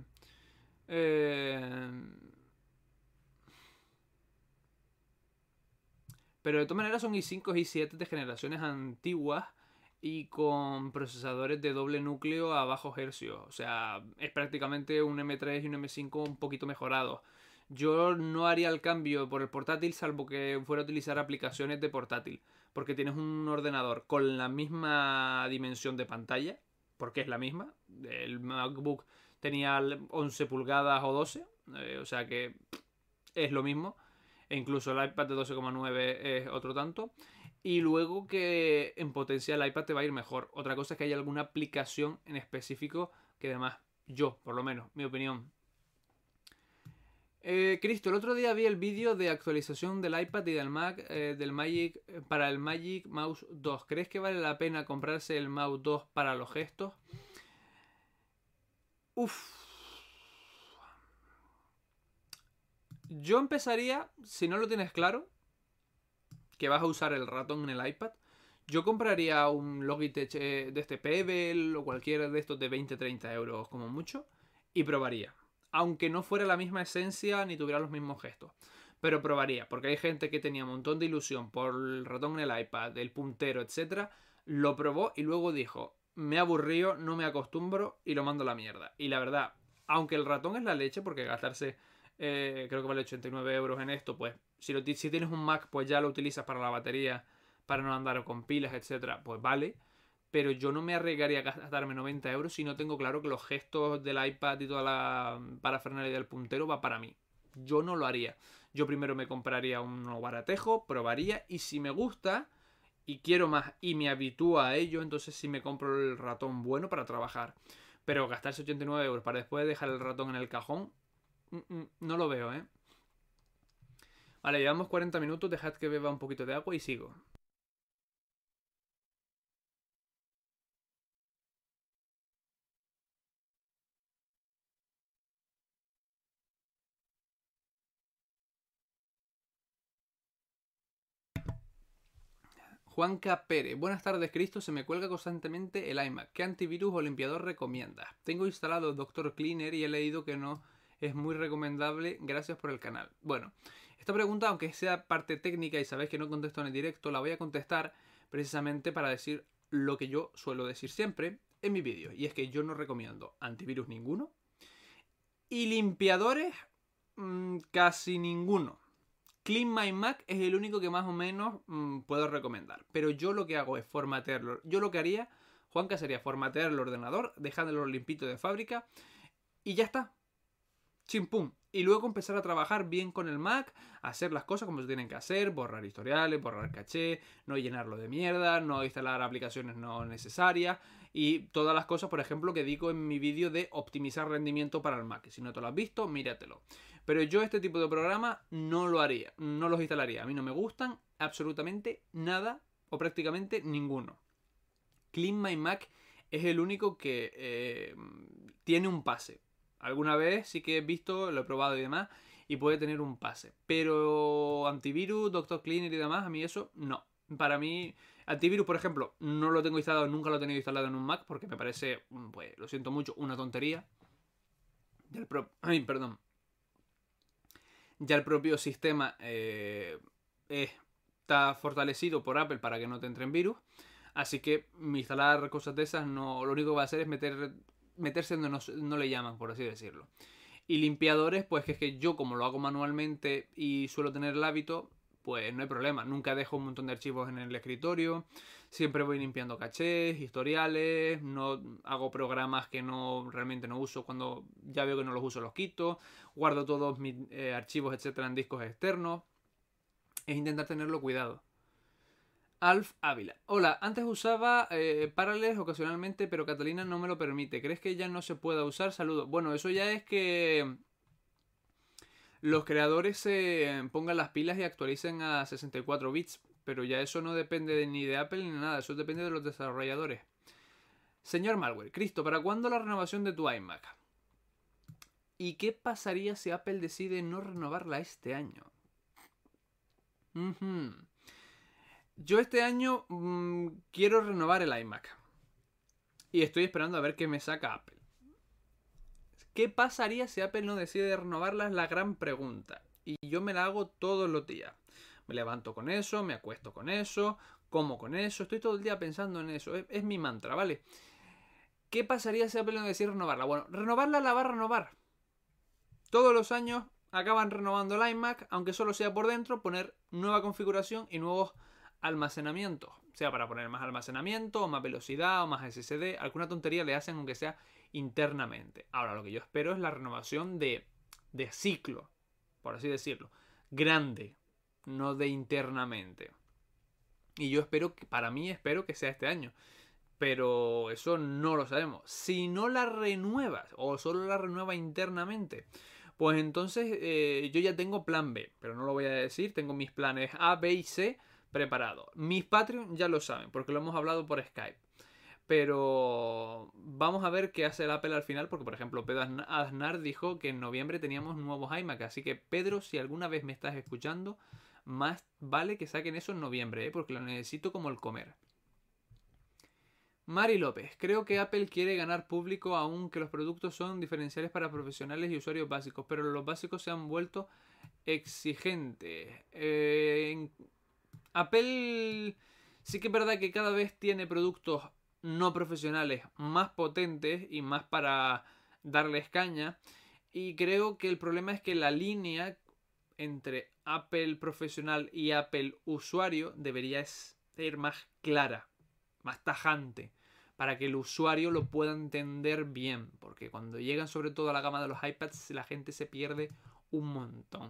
[SPEAKER 1] Pero de todas maneras son i5 y i7 de generaciones antiguas y con procesadores de doble núcleo a bajos hercios. O sea, es prácticamente un M3 y un M5 un poquito mejorados. Yo no haría el cambio por el portátil salvo que fuera a utilizar aplicaciones de portátil. Porque tienes un ordenador con la misma dimensión de pantalla, porque es la misma. El MacBook tenía 11 pulgadas o 12, o sea que es lo mismo. E incluso el iPad de 12,9 es otro tanto. Y luego que en potencia el iPad te va a ir mejor. Otra cosa es que hay alguna aplicación en específico que además yo, por lo menos, mi opinión. Cristo, el otro día vi el vídeo de actualización del iPad y del Mac del Magic para el Magic Mouse 2. ¿Crees que vale la pena comprarse el Mouse 2 para los gestos? Uff. Yo empezaría, si no lo tienes claro, que vas a usar el ratón en el iPad, yo compraría un Logitech de este Pebble o cualquiera de estos de 20-30 euros como mucho y probaría. Aunque no fuera la misma esencia ni tuviera los mismos gestos. Pero probaría, porque hay gente que tenía un montón de ilusión por el ratón en el iPad, el puntero, etcétera. Lo probó y luego dijo, me aburrió, no me acostumbro y lo mando a la mierda. Y la verdad, aunque el ratón es la leche, porque gastarse creo que vale 89 euros en esto, pues si tienes un Mac, pues ya lo utilizas para la batería, para no andar con pilas, etcétera, pues vale. Pero yo no me arriesgaría a gastarme 90 euros si no tengo claro que los gestos del iPad y toda la parafernalia del puntero va para mí. Yo no lo haría. Yo primero me compraría uno baratejo, probaría y si me gusta y quiero más y me habitúa a ello, entonces sí me compro el ratón bueno para trabajar. Pero gastarse 89 euros para después dejar el ratón en el cajón, no lo veo, ¿eh? Vale, llevamos 40 minutos, dejad que beba un poquito de agua y sigo. Juanca Pérez, buenas tardes Cristo, se me cuelga constantemente el iMac. ¿Qué antivirus o limpiador recomiendas? Tengo instalado Doctor Cleaner y he leído que no es muy recomendable, gracias por el canal. Bueno, esta pregunta, aunque sea parte técnica y sabéis que no contesto en el directo, la voy a contestar precisamente para decir lo que yo suelo decir siempre en mi vídeo. Y es que yo no recomiendo antivirus ninguno y limpiadores casi ninguno. Clean My Mac es el único que más o menos puedo recomendar. Pero yo lo que hago es formatearlo. Yo lo que haría, Juanca, sería formatear el ordenador, dejándolo limpito de fábrica y ya está. Chimpum. Y luego empezar a trabajar bien con el Mac, hacer las cosas como se tienen que hacer, borrar historiales, borrar caché, no llenarlo de mierda, no instalar aplicaciones no necesarias y todas las cosas, por ejemplo, que digo en mi vídeo de optimizar rendimiento para el Mac. Si no te lo has visto, míratelo. Pero yo este tipo de programas no lo haría, no los instalaría. A mí no me gustan absolutamente nada o prácticamente ninguno. Clean My Mac es el único que tiene un pase. Alguna vez sí que he visto, lo he probado y demás, y puede tener un pase. Pero antivirus, Doctor Cleaner y demás, a mí eso no. Para mí, antivirus, por ejemplo, no lo tengo instalado, nunca lo he tenido instalado en un Mac porque me parece, pues lo siento mucho, una tontería. Ay, perdón. Ya el propio sistema está fortalecido por Apple para que no te entren virus. Así que instalar cosas de esas no, lo único que va a hacer es meterse donde no le llaman, por así decirlo. Y limpiadores, pues que es que yo como lo hago manualmente y suelo tener el hábito, pues no hay problema. Nunca dejo un montón de archivos en el escritorio. Siempre voy limpiando cachés, historiales, no hago programas que no realmente no uso. Cuando ya veo que no los uso los quito. Guardo todos mis archivos, etcétera, en discos externos. Es intentar tenerlo cuidado. Alf Ávila. Hola, antes usaba Parallels ocasionalmente, pero Catalina no me lo permite. ¿Crees que ya no se pueda usar? Saludos. Bueno, eso ya es que los creadores se pongan las pilas y actualicen a 64 bits. Pero ya eso no depende ni de Apple ni nada. Eso depende de los desarrolladores. Señor Malware, Cristo, ¿para cuándo la renovación de tu iMac? ¿Y qué pasaría si Apple decide no renovarla este año? Yo este año quiero renovar el iMac. Y estoy esperando a ver qué me saca Apple. ¿Qué pasaría si Apple no decide renovarla? Es la gran pregunta. Y yo me la hago todos los días. Me levanto con eso, me acuesto con eso, como con eso. Estoy todo el día pensando en eso. Es mi mantra, ¿vale? ¿Qué pasaría si Apple no decide renovarla? Bueno, renovarla la va a renovar. Todos los años acaban renovando el iMac, aunque solo sea por dentro, poner nueva configuración y nuevos almacenamientos. Sea para poner más almacenamiento, o más velocidad, o más SSD. Alguna tontería le hacen aunque sea internamente. Ahora, lo que yo espero es la renovación de ciclo, por así decirlo. Grande, no de internamente. Y yo espero que, para mí espero que sea este año. Pero eso no lo sabemos. Si no la renuevas o solo la renueva internamente, pues entonces yo ya tengo plan B, pero no lo voy a decir. Tengo mis planes A, B y C preparados. Mis Patreon ya lo saben, porque lo hemos hablado por Skype. Pero vamos a ver qué hace el Apple al final, porque por ejemplo Pedro Aznar dijo que en noviembre teníamos nuevos iMac. Así que Pedro, si alguna vez me estás escuchando, más vale que saquen eso en noviembre, porque lo necesito como el comer. Mari López, creo que Apple quiere ganar público aunque los productos son diferenciales para profesionales y usuarios básicos, pero los básicos se han vuelto exigentes. Apple sí que es verdad que cada vez tiene productos no profesionales más potentes y más para darles caña, y creo que el problema es que la línea entre Apple profesional y Apple usuario debería ser más clara, más tajante, para que el usuario lo pueda entender bien, porque cuando llegan sobre todo a la gama de los iPads la gente se pierde un montón.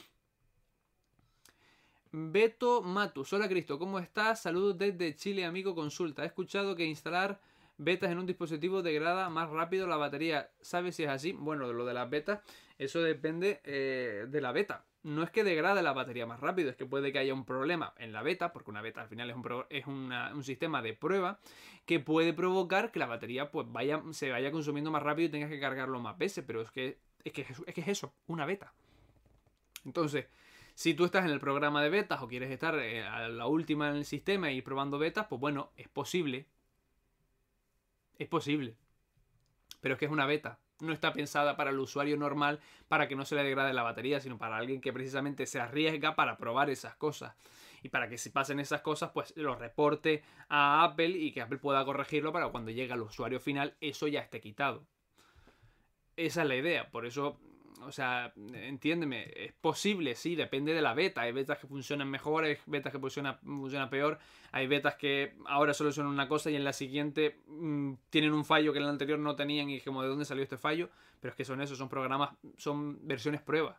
[SPEAKER 1] Beto Matus, hola Cristo, ¿cómo estás? Saludos desde Chile, amigo, consulta. He escuchado que instalar betas en un dispositivo degrada más rápido la batería. ¿Sabes si es así? Bueno, de lo de las betas, eso depende de la beta. No es que degrade la batería más rápido, es que puede que haya un problema en la beta, porque una beta al final es un sistema de prueba que puede provocar que la batería pues se vaya consumiendo más rápido y tengas que cargarlo más veces, pero es que es eso, una beta. Entonces, si tú estás en el programa de betas o quieres estar a la última en el sistema y probando betas, pues bueno, es posible. Es posible. Pero es que es una beta. No está pensada para el usuario normal para que no se le degrade la batería, sino para alguien que precisamente se arriesga para probar esas cosas. Y para que si pasen esas cosas, pues lo reporte a Apple y que Apple pueda corregirlo para cuando llegue al usuario final eso ya esté quitado. Esa es la idea. Por eso O sea, entiéndeme, es posible, sí, depende de la beta. Hay betas que funcionan mejor, hay betas que funcionan peor. Hay betas que ahora solucionan una cosa y en la siguiente tienen un fallo que en la anterior no tenían y como de dónde salió este fallo. Pero es que son esos, son programas, son versiones prueba.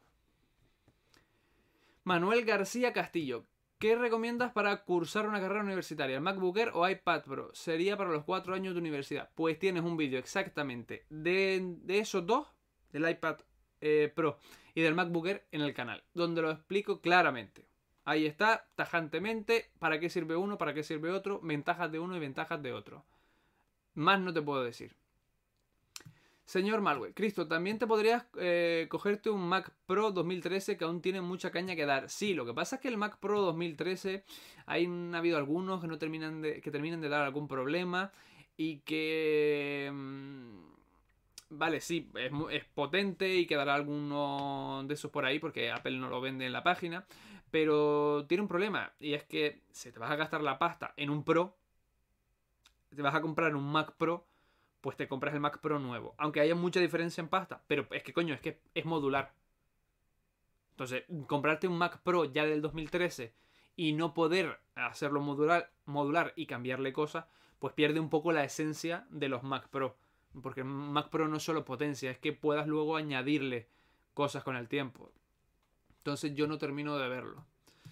[SPEAKER 1] Manuel García Castillo. ¿Qué recomiendas para cursar una carrera universitaria? ¿El MacBook Air o iPad Pro? Sería para los 4 años de universidad. Pues tienes un vídeo exactamente de esos dos, del iPad Pro y del MacBook Air en el canal, donde lo explico claramente. Ahí está, tajantemente, para qué sirve uno, para qué sirve otro, ventajas de uno y ventajas de otro. Más no te puedo decir. Señor Malware, Cristo, también te podrías cogerte un Mac Pro 2013 que aún tiene mucha caña que dar. Sí, lo que pasa es que el Mac Pro 2013 ha habido algunos que no terminan de dar algún problema y que vale, sí, es potente y quedará alguno de esos por ahí porque Apple no lo vende en la página, pero tiene un problema y es que si te vas a gastar la pasta en un Pro, te vas a comprar un Mac Pro, pues te compras el Mac Pro nuevo. Aunque haya mucha diferencia en pasta. Pero es que coño, es que es modular. Entonces, comprarte un Mac Pro ya del 2013 y no poder hacerlo modular y cambiarle cosas, pues pierde un poco la esencia de los Mac Pro. Porque Mac Pro no es solo potencia, es que puedas luego añadirle cosas con el tiempo. Entonces yo no termino de verlo.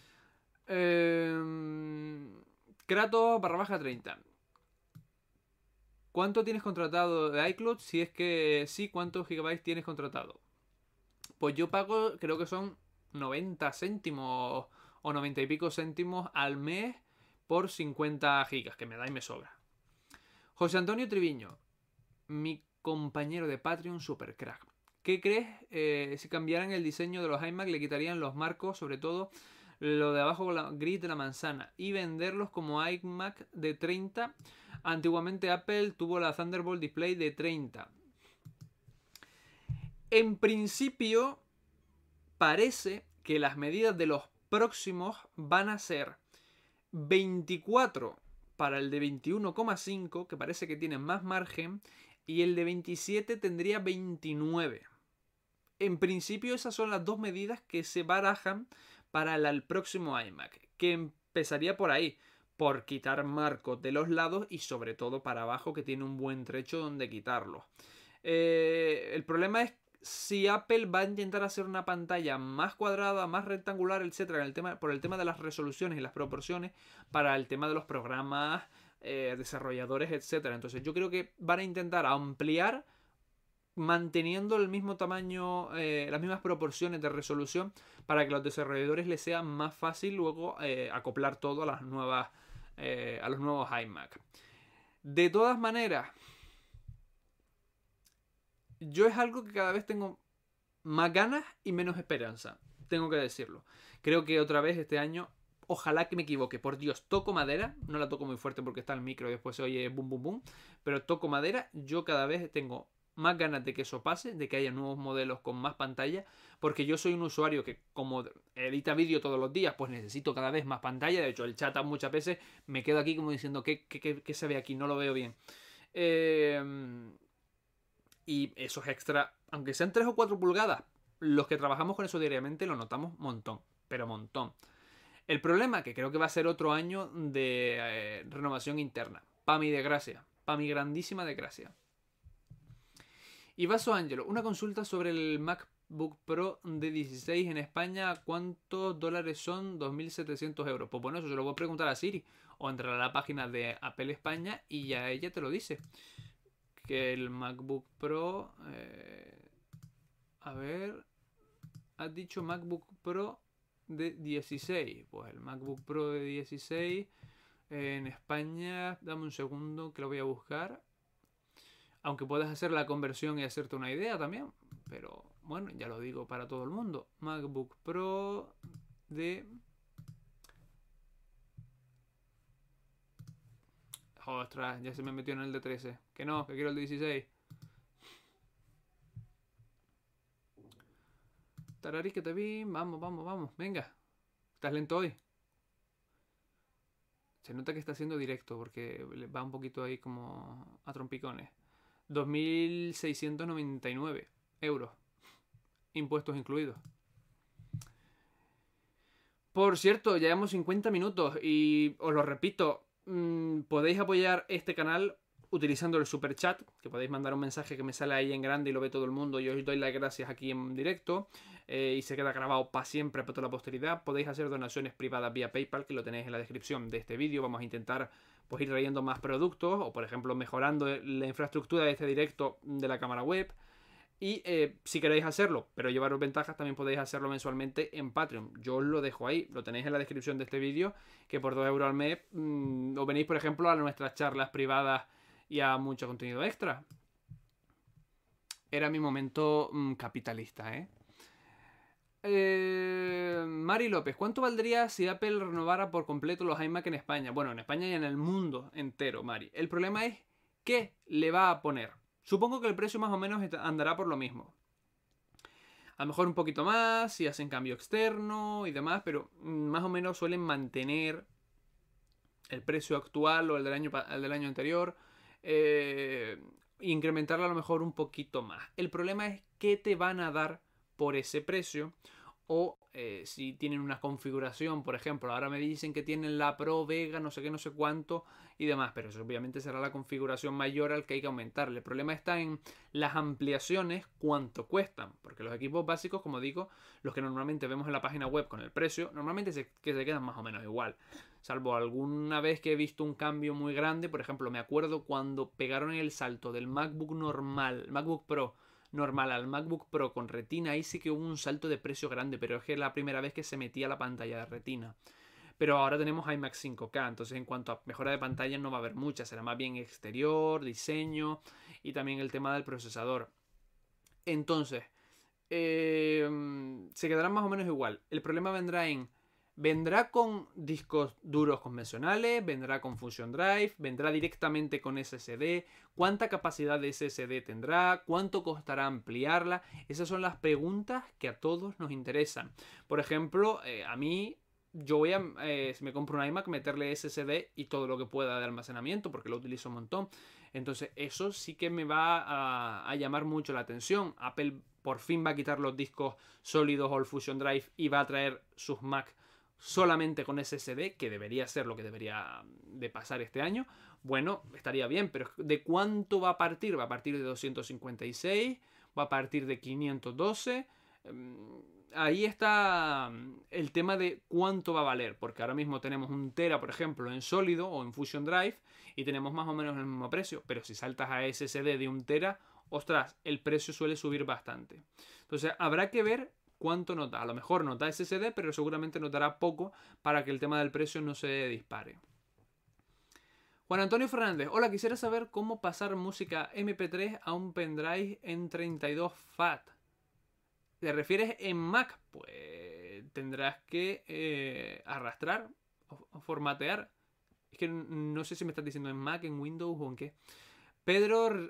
[SPEAKER 1] Kratos / 30. ¿Cuánto tienes contratado de iCloud? Si es que sí, ¿cuántos gigabytes tienes contratado? Pues yo pago, creo que son 90 céntimos o 90 y pico céntimos al mes por 50 gigas, que me da y me sobra. José Antonio Triviño, mi compañero de Patreon super crack. ¿Qué crees si cambiaran el diseño de los iMac? Le quitarían los marcos, sobre todo lo de abajo con la gris de la manzana, y venderlos como iMac de 30. Antiguamente Apple tuvo la Thunderbolt Display de 30. En principio, parece que las medidas de los próximos van a ser 24 para el de 21,5, que parece que tiene más margen, y el de 27 tendría 29. En principio esas son las dos medidas que se barajan para el próximo iMac, que empezaría por ahí, por quitar marcos de los lados y sobre todo para abajo, que tiene un buen trecho donde quitarlos. El problema es si Apple va a intentar hacer una pantalla más cuadrada, más rectangular, etcétera, por el tema de las resoluciones y las proporciones, para el tema de los programas, desarrolladores, etcétera. Entonces yo creo que van a intentar ampliar manteniendo el mismo tamaño, las mismas proporciones de resolución, para que a los desarrolladores les sea más fácil luego acoplar todo a las nuevas, a los nuevos iMac. De todas maneras, yo es algo que cada vez tengo más ganas y menos esperanza, tengo que decirlo. Creo que otra vez este año, ojalá que me equivoque, por Dios, toco madera, no la toco muy fuerte porque está el micro y después se oye boom boom boom, pero toco madera, yo cada vez tengo más ganas de que eso pase, de que haya nuevos modelos con más pantalla, porque yo soy un usuario que como edita vídeo todos los días, pues necesito cada vez más pantalla. De hecho, el chat muchas veces me quedo aquí como diciendo ¿qué se ve aquí? No lo veo bien. Y eso es extra, aunque sean 3 o 4 pulgadas, los que trabajamos con eso diariamente lo notamos montón, pero montón. El problema, que creo que va a ser otro año de renovación interna, pa' mi desgracia, pa' mi grandísima desgracia. Y Vaso Ángelo, una consulta sobre el MacBook Pro de 16 en España. ¿Cuántos dólares son? 2.700 euros. Pues bueno, eso se lo voy a preguntar a Siri. O entrar a la página de Apple España y ya ella te lo dice. Que el MacBook Pro... a ver... Has dicho MacBook Pro de 16. Pues el MacBook Pro de 16 en España... Dame un segundo que lo voy a buscar. Aunque puedes hacer la conversión y hacerte una idea también. Pero bueno, ya lo digo para todo el mundo. MacBook Pro de... Ostras, ya se me metió en el de 13. Que no, que quiero el de 16. Tararí que te vi. Vamos, vamos, vamos. Venga. ¿Estás lento hoy? Se nota que está haciendo directo porque va un poquito ahí como a trompicones. 2.699 euros. impuestos incluidos. Por cierto, ya llevamos 50 minutos y os lo repito, podéis apoyar este canal utilizando el super chat, que podéis mandar un mensaje que me sale ahí en grande y lo ve todo el mundo y os doy las gracias aquí en directo y se queda grabado para siempre, para toda la posteridad. Podéis hacer donaciones privadas vía PayPal, que lo tenéis en la descripción de este vídeo. Vamos a intentar pues ir trayendo más productos o por ejemplo mejorando la infraestructura de este directo de la cámara web. Y si queréis hacerlo, pero llevaros ventajas, también podéis hacerlo mensualmente en Patreon. Yo os lo dejo ahí, lo tenéis en la descripción de este vídeo, que por 2 euros al mes os venís, por ejemplo, a nuestras charlas privadas y a mucho contenido extra. Era mi momento capitalista, ¿eh? Mari López, ¿cuánto valdría si Apple renovara por completo los iMac en España? Bueno, en España y en el mundo entero, Mari. El problema es qué le va a poner. Supongo que el precio más o menos andará por lo mismo. A lo mejor un poquito más, si hacen cambio externo y demás, pero más o menos suelen mantener el precio actual o el del año anterior. Incrementarlo a lo mejor un poquito más. El problema es qué te van a dar por ese precio. O si tienen una configuración, por ejemplo, ahora me dicen que tienen la Pro Vega, no sé qué, no sé cuánto y demás, pero eso obviamente será la configuración mayor al que hay que aumentarle. El problema está en las ampliaciones, cuánto cuestan, porque los equipos básicos, como digo, los que normalmente vemos en la página web con el precio, normalmente se quedan más o menos igual. Salvo alguna vez que he visto un cambio muy grande, por ejemplo, me acuerdo cuando pegaron el salto del MacBook normal, MacBook Pro normal al MacBook Pro con Retina, ahí sí que hubo un salto de precio grande, pero es que es la primera vez que se metía la pantalla de Retina. Pero ahora tenemos iMac 5K, entonces en cuanto a mejora de pantalla no va a haber mucha, será más bien exterior, diseño y también el tema del procesador. Entonces, se quedarán más o menos igual. El problema vendrá en... Vendrá con discos duros convencionales, vendrá con Fusion Drive, vendrá directamente con SSD, cuánta capacidad de SSD tendrá, cuánto costará ampliarla. Esas son las preguntas que a todos nos interesan. Por ejemplo, a mí, yo voy a, si me compro un iMac, meterle SSD y todo lo que pueda de almacenamiento, porque lo utilizo un montón. Entonces eso sí que me va a llamar mucho la atención. Apple por fin va a quitar los discos sólidos o el Fusion Drive y va a traer sus Mac solamente con SSD, que debería ser lo que debería de pasar este año. Bueno, estaría bien, pero ¿de cuánto va a partir? Va a partir de 256, va a partir de 512. Ahí está el tema de cuánto va a valer, porque ahora mismo tenemos 1 TB, por ejemplo, en sólido o en Fusion Drive y tenemos más o menos el mismo precio, pero si saltas a SSD de 1 TB, ostras, el precio suele subir bastante. Entonces habrá que ver cuánto nota. A lo mejor nota SSD, pero seguramente notará poco para que el tema del precio no se dispare. Juan Antonio Fernández, hola, quisiera saber cómo pasar música MP3 a un pendrive en 32 FAT. ¿Te refieres en Mac? Pues tendrás que arrastrar o formatear. Es que no sé si me estás diciendo en Mac, en Windows o en qué. Pedro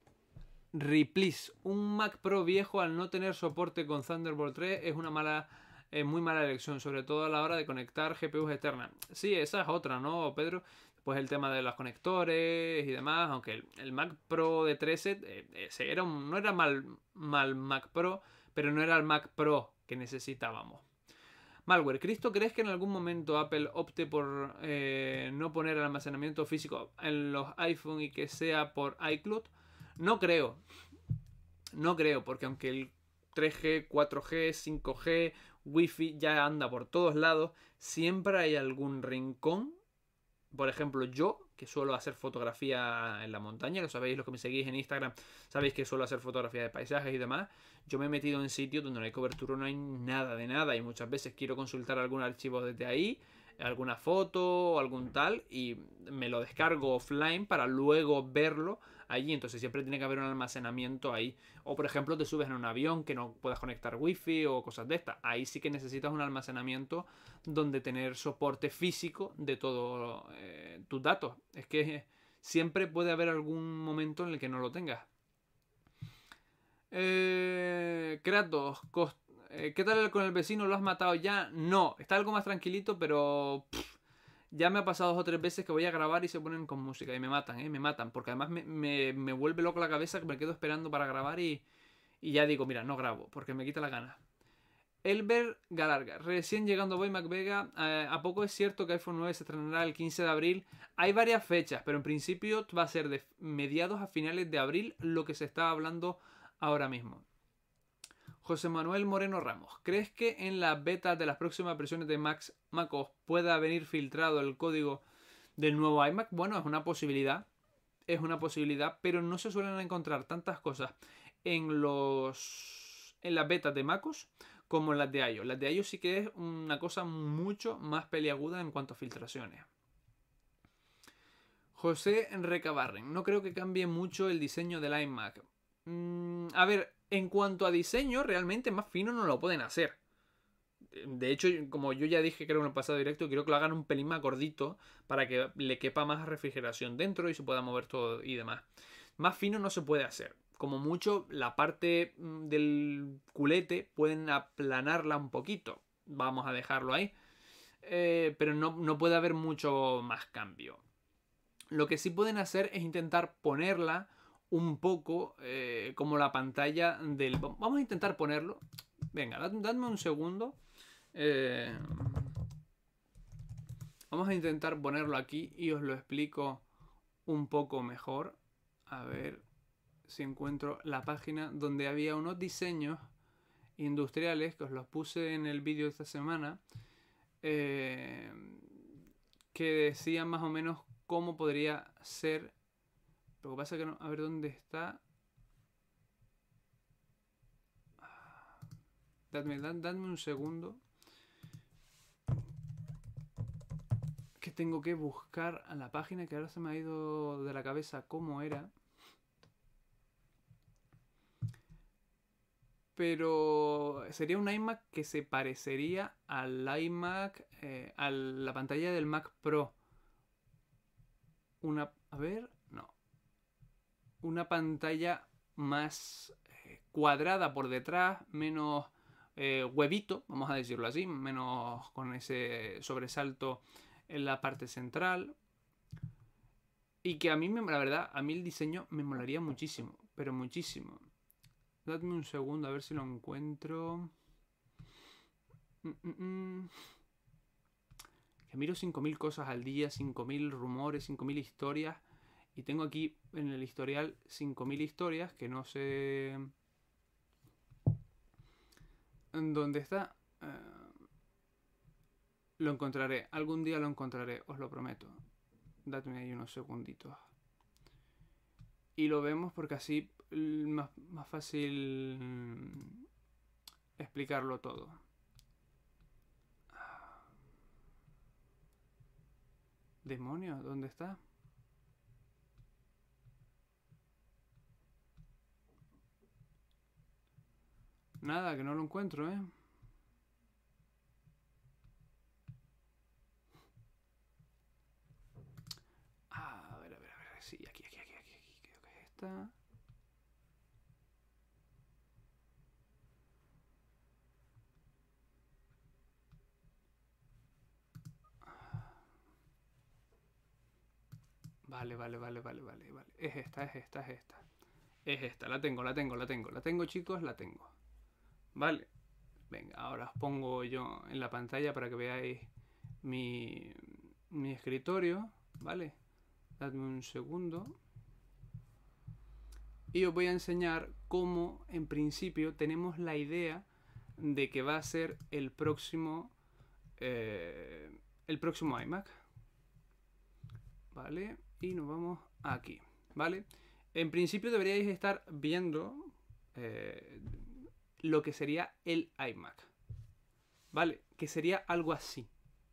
[SPEAKER 1] Riplis, un Mac Pro viejo al no tener soporte con Thunderbolt 3 es una muy mala elección, sobre todo a la hora de conectar GPUs externas. Sí, esa es otra, ¿no, Pedro? Pues el tema de los conectores y demás, aunque el Mac Pro de 13 no era mal Mac Pro, pero no era el Mac Pro que necesitábamos. Malware, Cristo, ¿crees que en algún momento Apple opte por no poner el almacenamiento físico en los iPhone y que sea por iCloud? No creo. No creo, porque aunque el 3G, 4G, 5G, Wi-Fi ya anda por todos lados, siempre hay algún rincón. Por ejemplo, yo, que suelo hacer fotografía en la montaña, que sabéis, los que me seguís en Instagram, sabéis que suelo hacer fotografía de paisajes y demás. Yo me he metido en sitios donde no hay cobertura, no hay nada de nada, y muchas veces quiero consultar algún archivo desde ahí, alguna foto o algún tal, y me lo descargo offline para luego verlo allí. Entonces siempre tiene que haber un almacenamiento ahí. O por ejemplo te subes en un avión que no puedas conectar wifi o cosas de estas. Ahí sí que necesitas un almacenamiento donde tener soporte físico de todos tus datos. Es que siempre puede haber algún momento en el que no lo tengas. Kratos, ¿qué tal con el vecino? ¿Lo has matado ya? No, está algo más tranquilito, pero ya me ha pasado 2 o 3 veces que voy a grabar y se ponen con música y me matan, me matan, porque además me vuelve loco la cabeza, que me quedo esperando para grabar y Y ya digo, mira, no grabo, porque me quita la gana. Elber Galarga, recién llegando a Mac Vega, ¿a poco es cierto que iPhone 9 se estrenará el 15 de abril? Hay varias fechas, pero en principio va a ser de mediados a finales de abril lo que se está hablando ahora mismo. José Manuel Moreno Ramos, ¿crees que en las betas de las próximas versiones de MacOS pueda venir filtrado el código del nuevo iMac? Bueno, es una posibilidad, pero no se suelen encontrar tantas cosas en las betas de MacOS como en las de iOS. Las de iOS sí que es una cosa mucho más peliaguda en cuanto a filtraciones. José Recabarren, no creo que cambie mucho el diseño del iMac. A ver, en cuanto a diseño, realmente más fino no lo pueden hacer. De hecho, como yo ya dije creo en el pasado directo, quiero que lo hagan un pelín más gordito para que le quepa más refrigeración dentro y se pueda mover todo y demás. Más fino no se puede hacer. Como mucho, la parte del culete pueden aplanarla un poquito. Vamos a dejarlo ahí. Pero no puede haber mucho más cambio. Lo que sí pueden hacer es intentar ponerla un poco como la pantalla del... Vamos a intentar ponerlo. Venga, dadme un segundo. Vamos a intentar ponerlo aquí y os lo explico un poco mejor. A ver si encuentro la página donde había unos diseños industriales que os los puse en el vídeo de esta semana, que decían más o menos cómo podría ser. Lo que pasa es que no, a ver dónde está. Dadme un segundo, que tengo que buscar a la página, que ahora se me ha ido de la cabeza cómo era. Pero sería un iMac que se parecería al iMac, a la pantalla del Mac Pro. A ver, no. Una pantalla más cuadrada por detrás, menos huevito, vamos a decirlo así, menos con ese sobresalto en la parte central. Y que a mí, la verdad, a mí el diseño me molaría muchísimo, pero muchísimo. Dadme un segundo a ver si lo encuentro. Que miro 5000 cosas al día, 5000 rumores, 5000 historias. Y tengo aquí en el historial 5000 historias que no sé dónde está. Lo encontraré, algún día lo encontraré, os lo prometo. Dadme ahí unos segunditos. Y lo vemos porque así más fácil explicarlo todo. ¿Demonios? ¿Dónde está? Nada, que no lo encuentro, ¿eh? A ver. Sí, aquí. Creo que es esta. Vale. Es esta. Es esta, la tengo, chicos, la tengo. Vale. Venga, ahora os pongo yo en la pantalla para que veáis mi escritorio. Vale. Dadme un segundo. Y os voy a enseñar cómo, en principio, tenemos la idea de que va a ser el próximo iMac. Vale. Y nos vamos aquí. Vale. En principio deberíais estar viendo lo que sería el iMac. ¿Vale? Que sería algo así.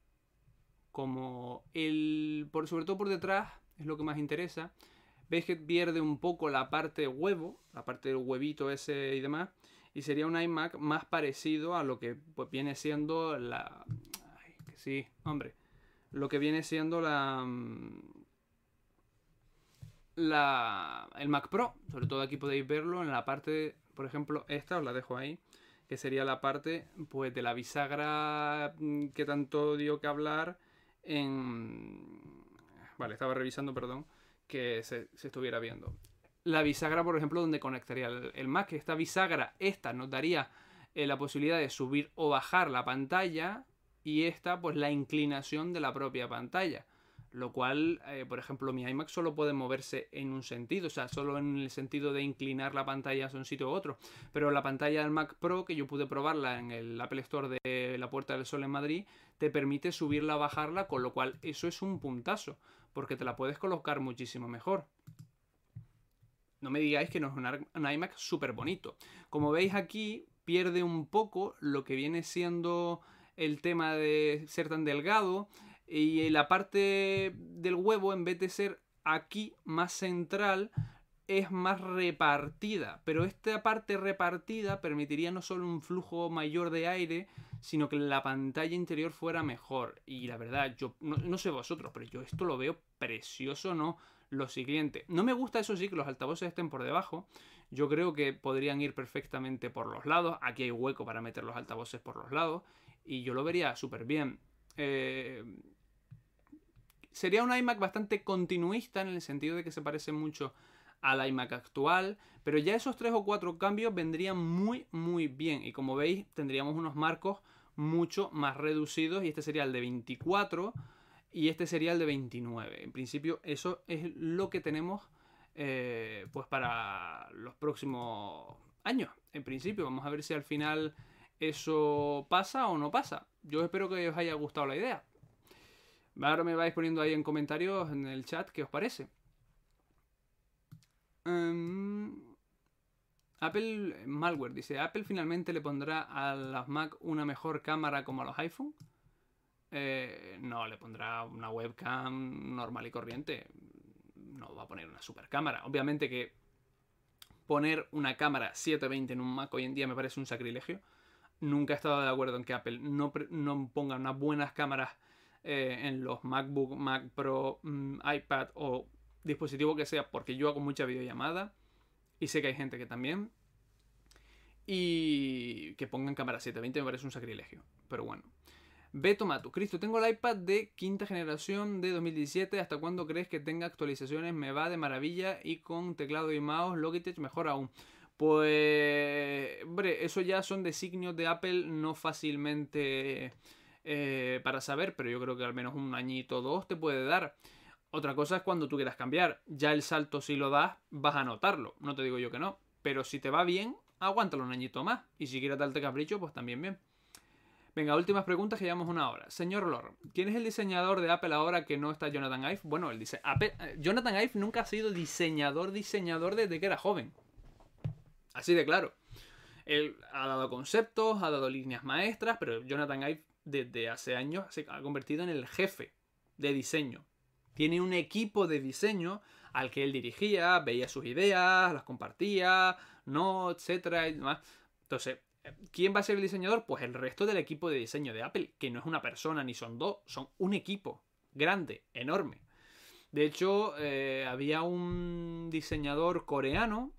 [SPEAKER 1] Como sobre todo por detrás, es lo que más interesa. Veis que pierde un poco la parte huevo, la parte del huevito ese y demás. Y sería un iMac más parecido a lo que pues, viene siendo la... Ay, que sí, hombre. Lo que viene siendo el Mac Pro. Sobre todo aquí podéis verlo en la parte, por ejemplo, esta os la dejo ahí, que sería la parte pues de la bisagra que tanto dio que hablar en... Vale, estaba revisando, perdón, que se estuviera viendo. la bisagra, por ejemplo, donde conectaría el Mac. Esta bisagra, esta nos daría la posibilidad de subir o bajar la pantalla, y esta, pues la inclinación de la propia pantalla. Lo cual, por ejemplo, mi iMac solo puede moverse en un sentido, o sea, solo en el sentido de inclinar la pantalla hacia un sitio u otro. Pero la pantalla del Mac Pro, que yo pude probarla en el Apple Store de la Puerta del Sol en Madrid, te permite subirla o bajarla, con lo cual eso es un puntazo, porque te la puedes colocar muchísimo mejor. No me digáis que no es un iMac súper bonito. Como veis aquí, pierde un poco lo que viene siendo el tema de ser tan delgado, y la parte del huevo, en vez de ser aquí más central, es más repartida. Pero esta parte repartida permitiría no solo un flujo mayor de aire, sino que la pantalla interior fuera mejor. Y la verdad, yo no sé vosotros, pero yo esto lo veo precioso, ¿no? Lo siguiente, no me gusta, eso sí, que los altavoces estén por debajo. Yo creo que podrían ir perfectamente por los lados. Aquí hay hueco para meter los altavoces por los lados, y yo lo vería súper bien. Sería un iMac bastante continuista, en el sentido de que se parece mucho al iMac actual, pero ya esos 3 o 4 cambios vendrían muy muy bien. Y como veis, tendríamos unos marcos mucho más reducidos, y este sería el de 24 y este sería el de 29. En principio eso es lo que tenemos pues para los próximos años. En principio vamos a ver si al final eso pasa o no pasa. Yo espero que os haya gustado la idea. Ahora me vais poniendo ahí en comentarios en el chat qué os parece. Apple Malware dice: ¿Apple finalmente le pondrá a las Mac una mejor cámara como a los iPhone? No, le pondrá una webcam normal y corriente. No va a poner una super cámara. Obviamente que poner una cámara 720 en un Mac hoy en día me parece un sacrilegio. Nunca he estado de acuerdo en que Apple no ponga unas buenas cámaras en los MacBook, Mac Pro, iPad o dispositivo que sea, porque yo hago mucha videollamada y sé que hay gente que también. Y que pongan cámara 720 me parece un sacrilegio. Pero bueno. Beto Matu: Cristo, tengo el iPad de quinta generación de 2017. ¿Hasta cuándo crees que tenga actualizaciones? Me va de maravilla, y con teclado y mouse Logitech mejor aún. Pues, hombre, eso ya son designios de Apple, no fácilmente para saber, pero yo creo que al menos un añito o dos te puede dar. Otra cosa es cuando tú quieras cambiar. Ya el salto, si lo das, vas a notarlo. No te digo yo que no. Pero si te va bien, aguántalo un añito más. Y si quieres darte capricho, pues también bien. Venga, últimas preguntas, que llevamos una hora. Señor Lor, ¿quién es el diseñador de Apple ahora que no está Jonathan Ive? Bueno, Jonathan Ive nunca ha sido diseñador desde que era joven. Así de claro. Él ha dado conceptos, ha dado líneas maestras, pero Jonathan Ive desde hace años se ha convertido en el jefe de diseño. Tiene un equipo de diseño al que él dirigía, veía sus ideas, las compartía, no, etcétera y demás. Entonces, ¿quién va a ser el diseñador? Pues el resto del equipo de diseño de Apple, que no es una persona ni son dos, son un equipo grande, enorme. De hecho, había un diseñador coreano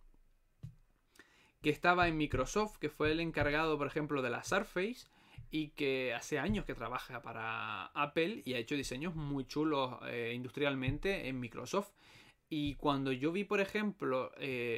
[SPEAKER 1] que estaba en Microsoft, que fue el encargado, por ejemplo, de la Surface, y que hace años que trabaja para Apple y ha hecho diseños muy chulos industrialmente en Microsoft. Y cuando yo vi, por ejemplo,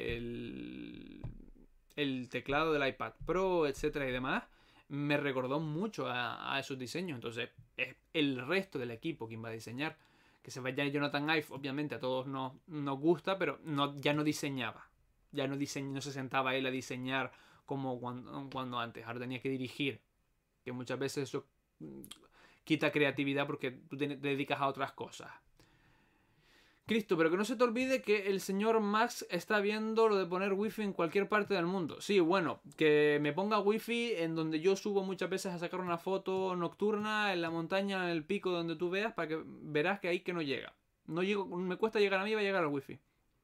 [SPEAKER 1] el teclado del iPad Pro, etcétera y demás, me recordó mucho a esos diseños. Entonces, es el resto del equipo quien va a diseñar. Que se vaya Jonathan Ive, obviamente a todos nos gusta, pero ya no diseñaba. Ya no se sentaba él a diseñar como cuando antes. Ahora tenía que dirigir. Que muchas veces eso quita creatividad porque tú te dedicas a otras cosas. Cristo, pero que no se te olvide que el señor Max está viendo lo de poner wifi en cualquier parte del mundo. Sí, bueno, que me ponga wifi en donde yo subo muchas veces a sacar una foto nocturna, en la montaña, en el pico, donde tú veas, para que verás que ahí que no llega. No llego, me cuesta llegar a mí, va a llegar al wifi.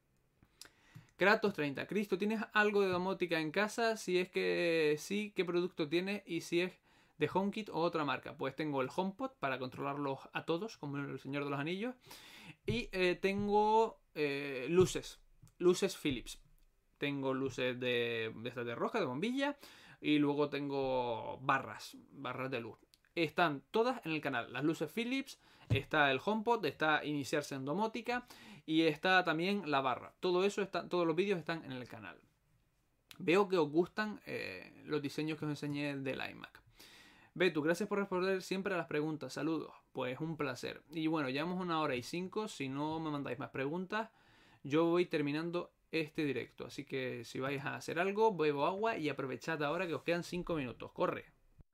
[SPEAKER 1] Kratos 30. Cristo, ¿tienes algo de domótica en casa? Si es que sí, ¿qué producto tienes? Y si es de HomeKit o otra marca. Pues tengo el HomePod para controlarlos a todos, como el Señor de los Anillos. Y tengo luces Philips. Tengo luces de roja, de bombilla. Y luego tengo barras de luz. están todas en el canal. Las luces Philips, está el HomePod, está iniciarse en domótica y está también la barra. Todo eso está, todos los vídeos están en el canal. Veo que os gustan los diseños que os enseñé del iMac. Betu, gracias por responder siempre a las preguntas. Saludos. Pues un placer. Y bueno, llevamos 1 hora y 5. Si no me mandáis más preguntas, yo voy terminando este directo. Así que si vais a hacer algo, bebo agua y aprovechad ahora que os quedan 5 minutos. Corre.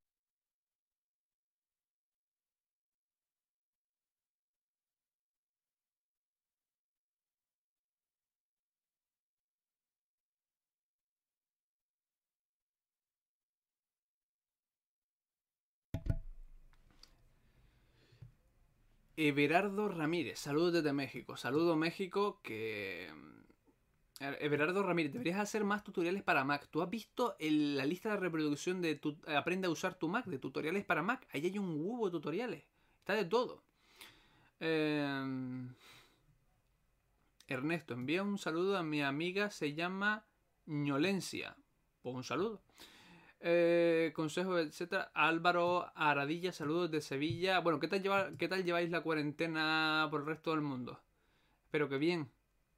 [SPEAKER 1] Everardo Ramírez, saludos desde México. Saludos México, que... Everardo Ramírez, deberías hacer más tutoriales para Mac. ¿Tú has visto la lista de reproducción de Aprende a usar tu Mac, de tutoriales para Mac? Ahí hay un huevo de tutoriales. Está de todo. Ernesto, envía un saludo a mi amiga, se llama Ñolencia. Pues un saludo. Consejos, etcétera. Álvaro Aradilla, saludos de Sevilla. Bueno, ¿qué tal lleváis la cuarentena por el resto del mundo? Espero que bien.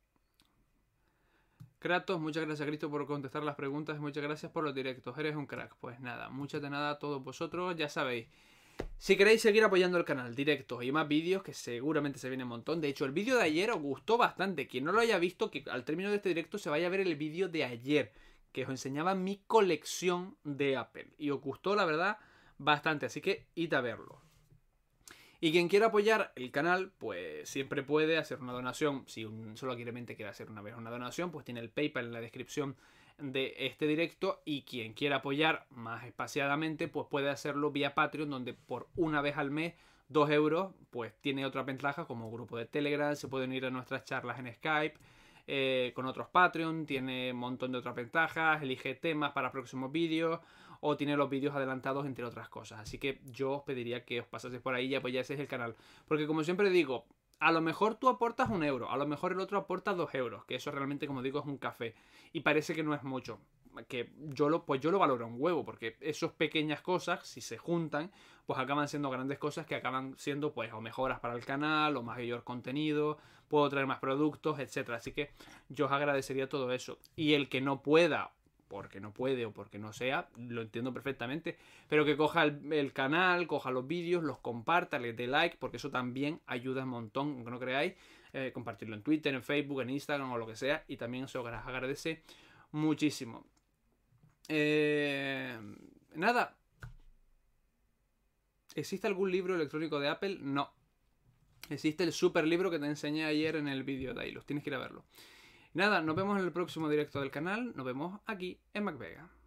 [SPEAKER 1] Kratos, muchas gracias Cristo por contestar las preguntas. Muchas gracias por los directos. Eres un crack. Pues nada, muchas de nada a todos vosotros. Ya sabéis. Si queréis seguir apoyando el canal, directos y más vídeos, que seguramente se viene un montón. De hecho, el vídeo de ayer os gustó bastante. Quien no lo haya visto, que al término de este directo se vaya a ver el vídeo de ayer, que os enseñaba mi colección de Apple. Y os gustó, la verdad, bastante. Así que id a verlo. Y quien quiera apoyar el canal, pues siempre puede hacer una donación. Si solamente quiere hacer una vez una donación, pues tiene el PayPal en la descripción de este directo. Y quien quiera apoyar más espaciadamente, pues puede hacerlo vía Patreon, donde por una vez al mes, 2 euros, pues tiene otra ventaja como grupo de Telegram. Se pueden ir a nuestras charlas en Skype con otros Patreon. Tiene un montón de otras ventajas. Elige temas para próximos vídeos. O tiene los vídeos adelantados, entre otras cosas. Así que yo os pediría que os pasaseis por ahí y apoyaseis el canal. Porque como siempre digo, a lo mejor tú aportas 1 euro, a lo mejor el otro aporta 2 euros. Que eso realmente, como digo, es un café. Y parece que no es mucho. Que yo lo valoro un huevo. Porque esas pequeñas cosas, si se juntan, pues acaban siendo grandes cosas que acaban siendo, pues, o mejoras para el canal, o mayor contenido, puedo traer más productos, etcétera. Así que yo os agradecería todo eso. Y el que no pueda, porque no puede o porque no sea, lo entiendo perfectamente, pero que coja el canal, coja los vídeos, los comparta, les dé like, porque eso también ayuda un montón, aunque no creáis, compartirlo en Twitter, en Facebook, en Instagram o lo que sea, y también eso os agradece muchísimo. Nada. ¿Existe algún libro electrónico de Apple? No. Existe el super libro que te enseñé ayer en el vídeo de ahí, los tienes que ir a verlo. Nada, nos vemos en el próximo directo del canal. Nos vemos aquí en MacVega.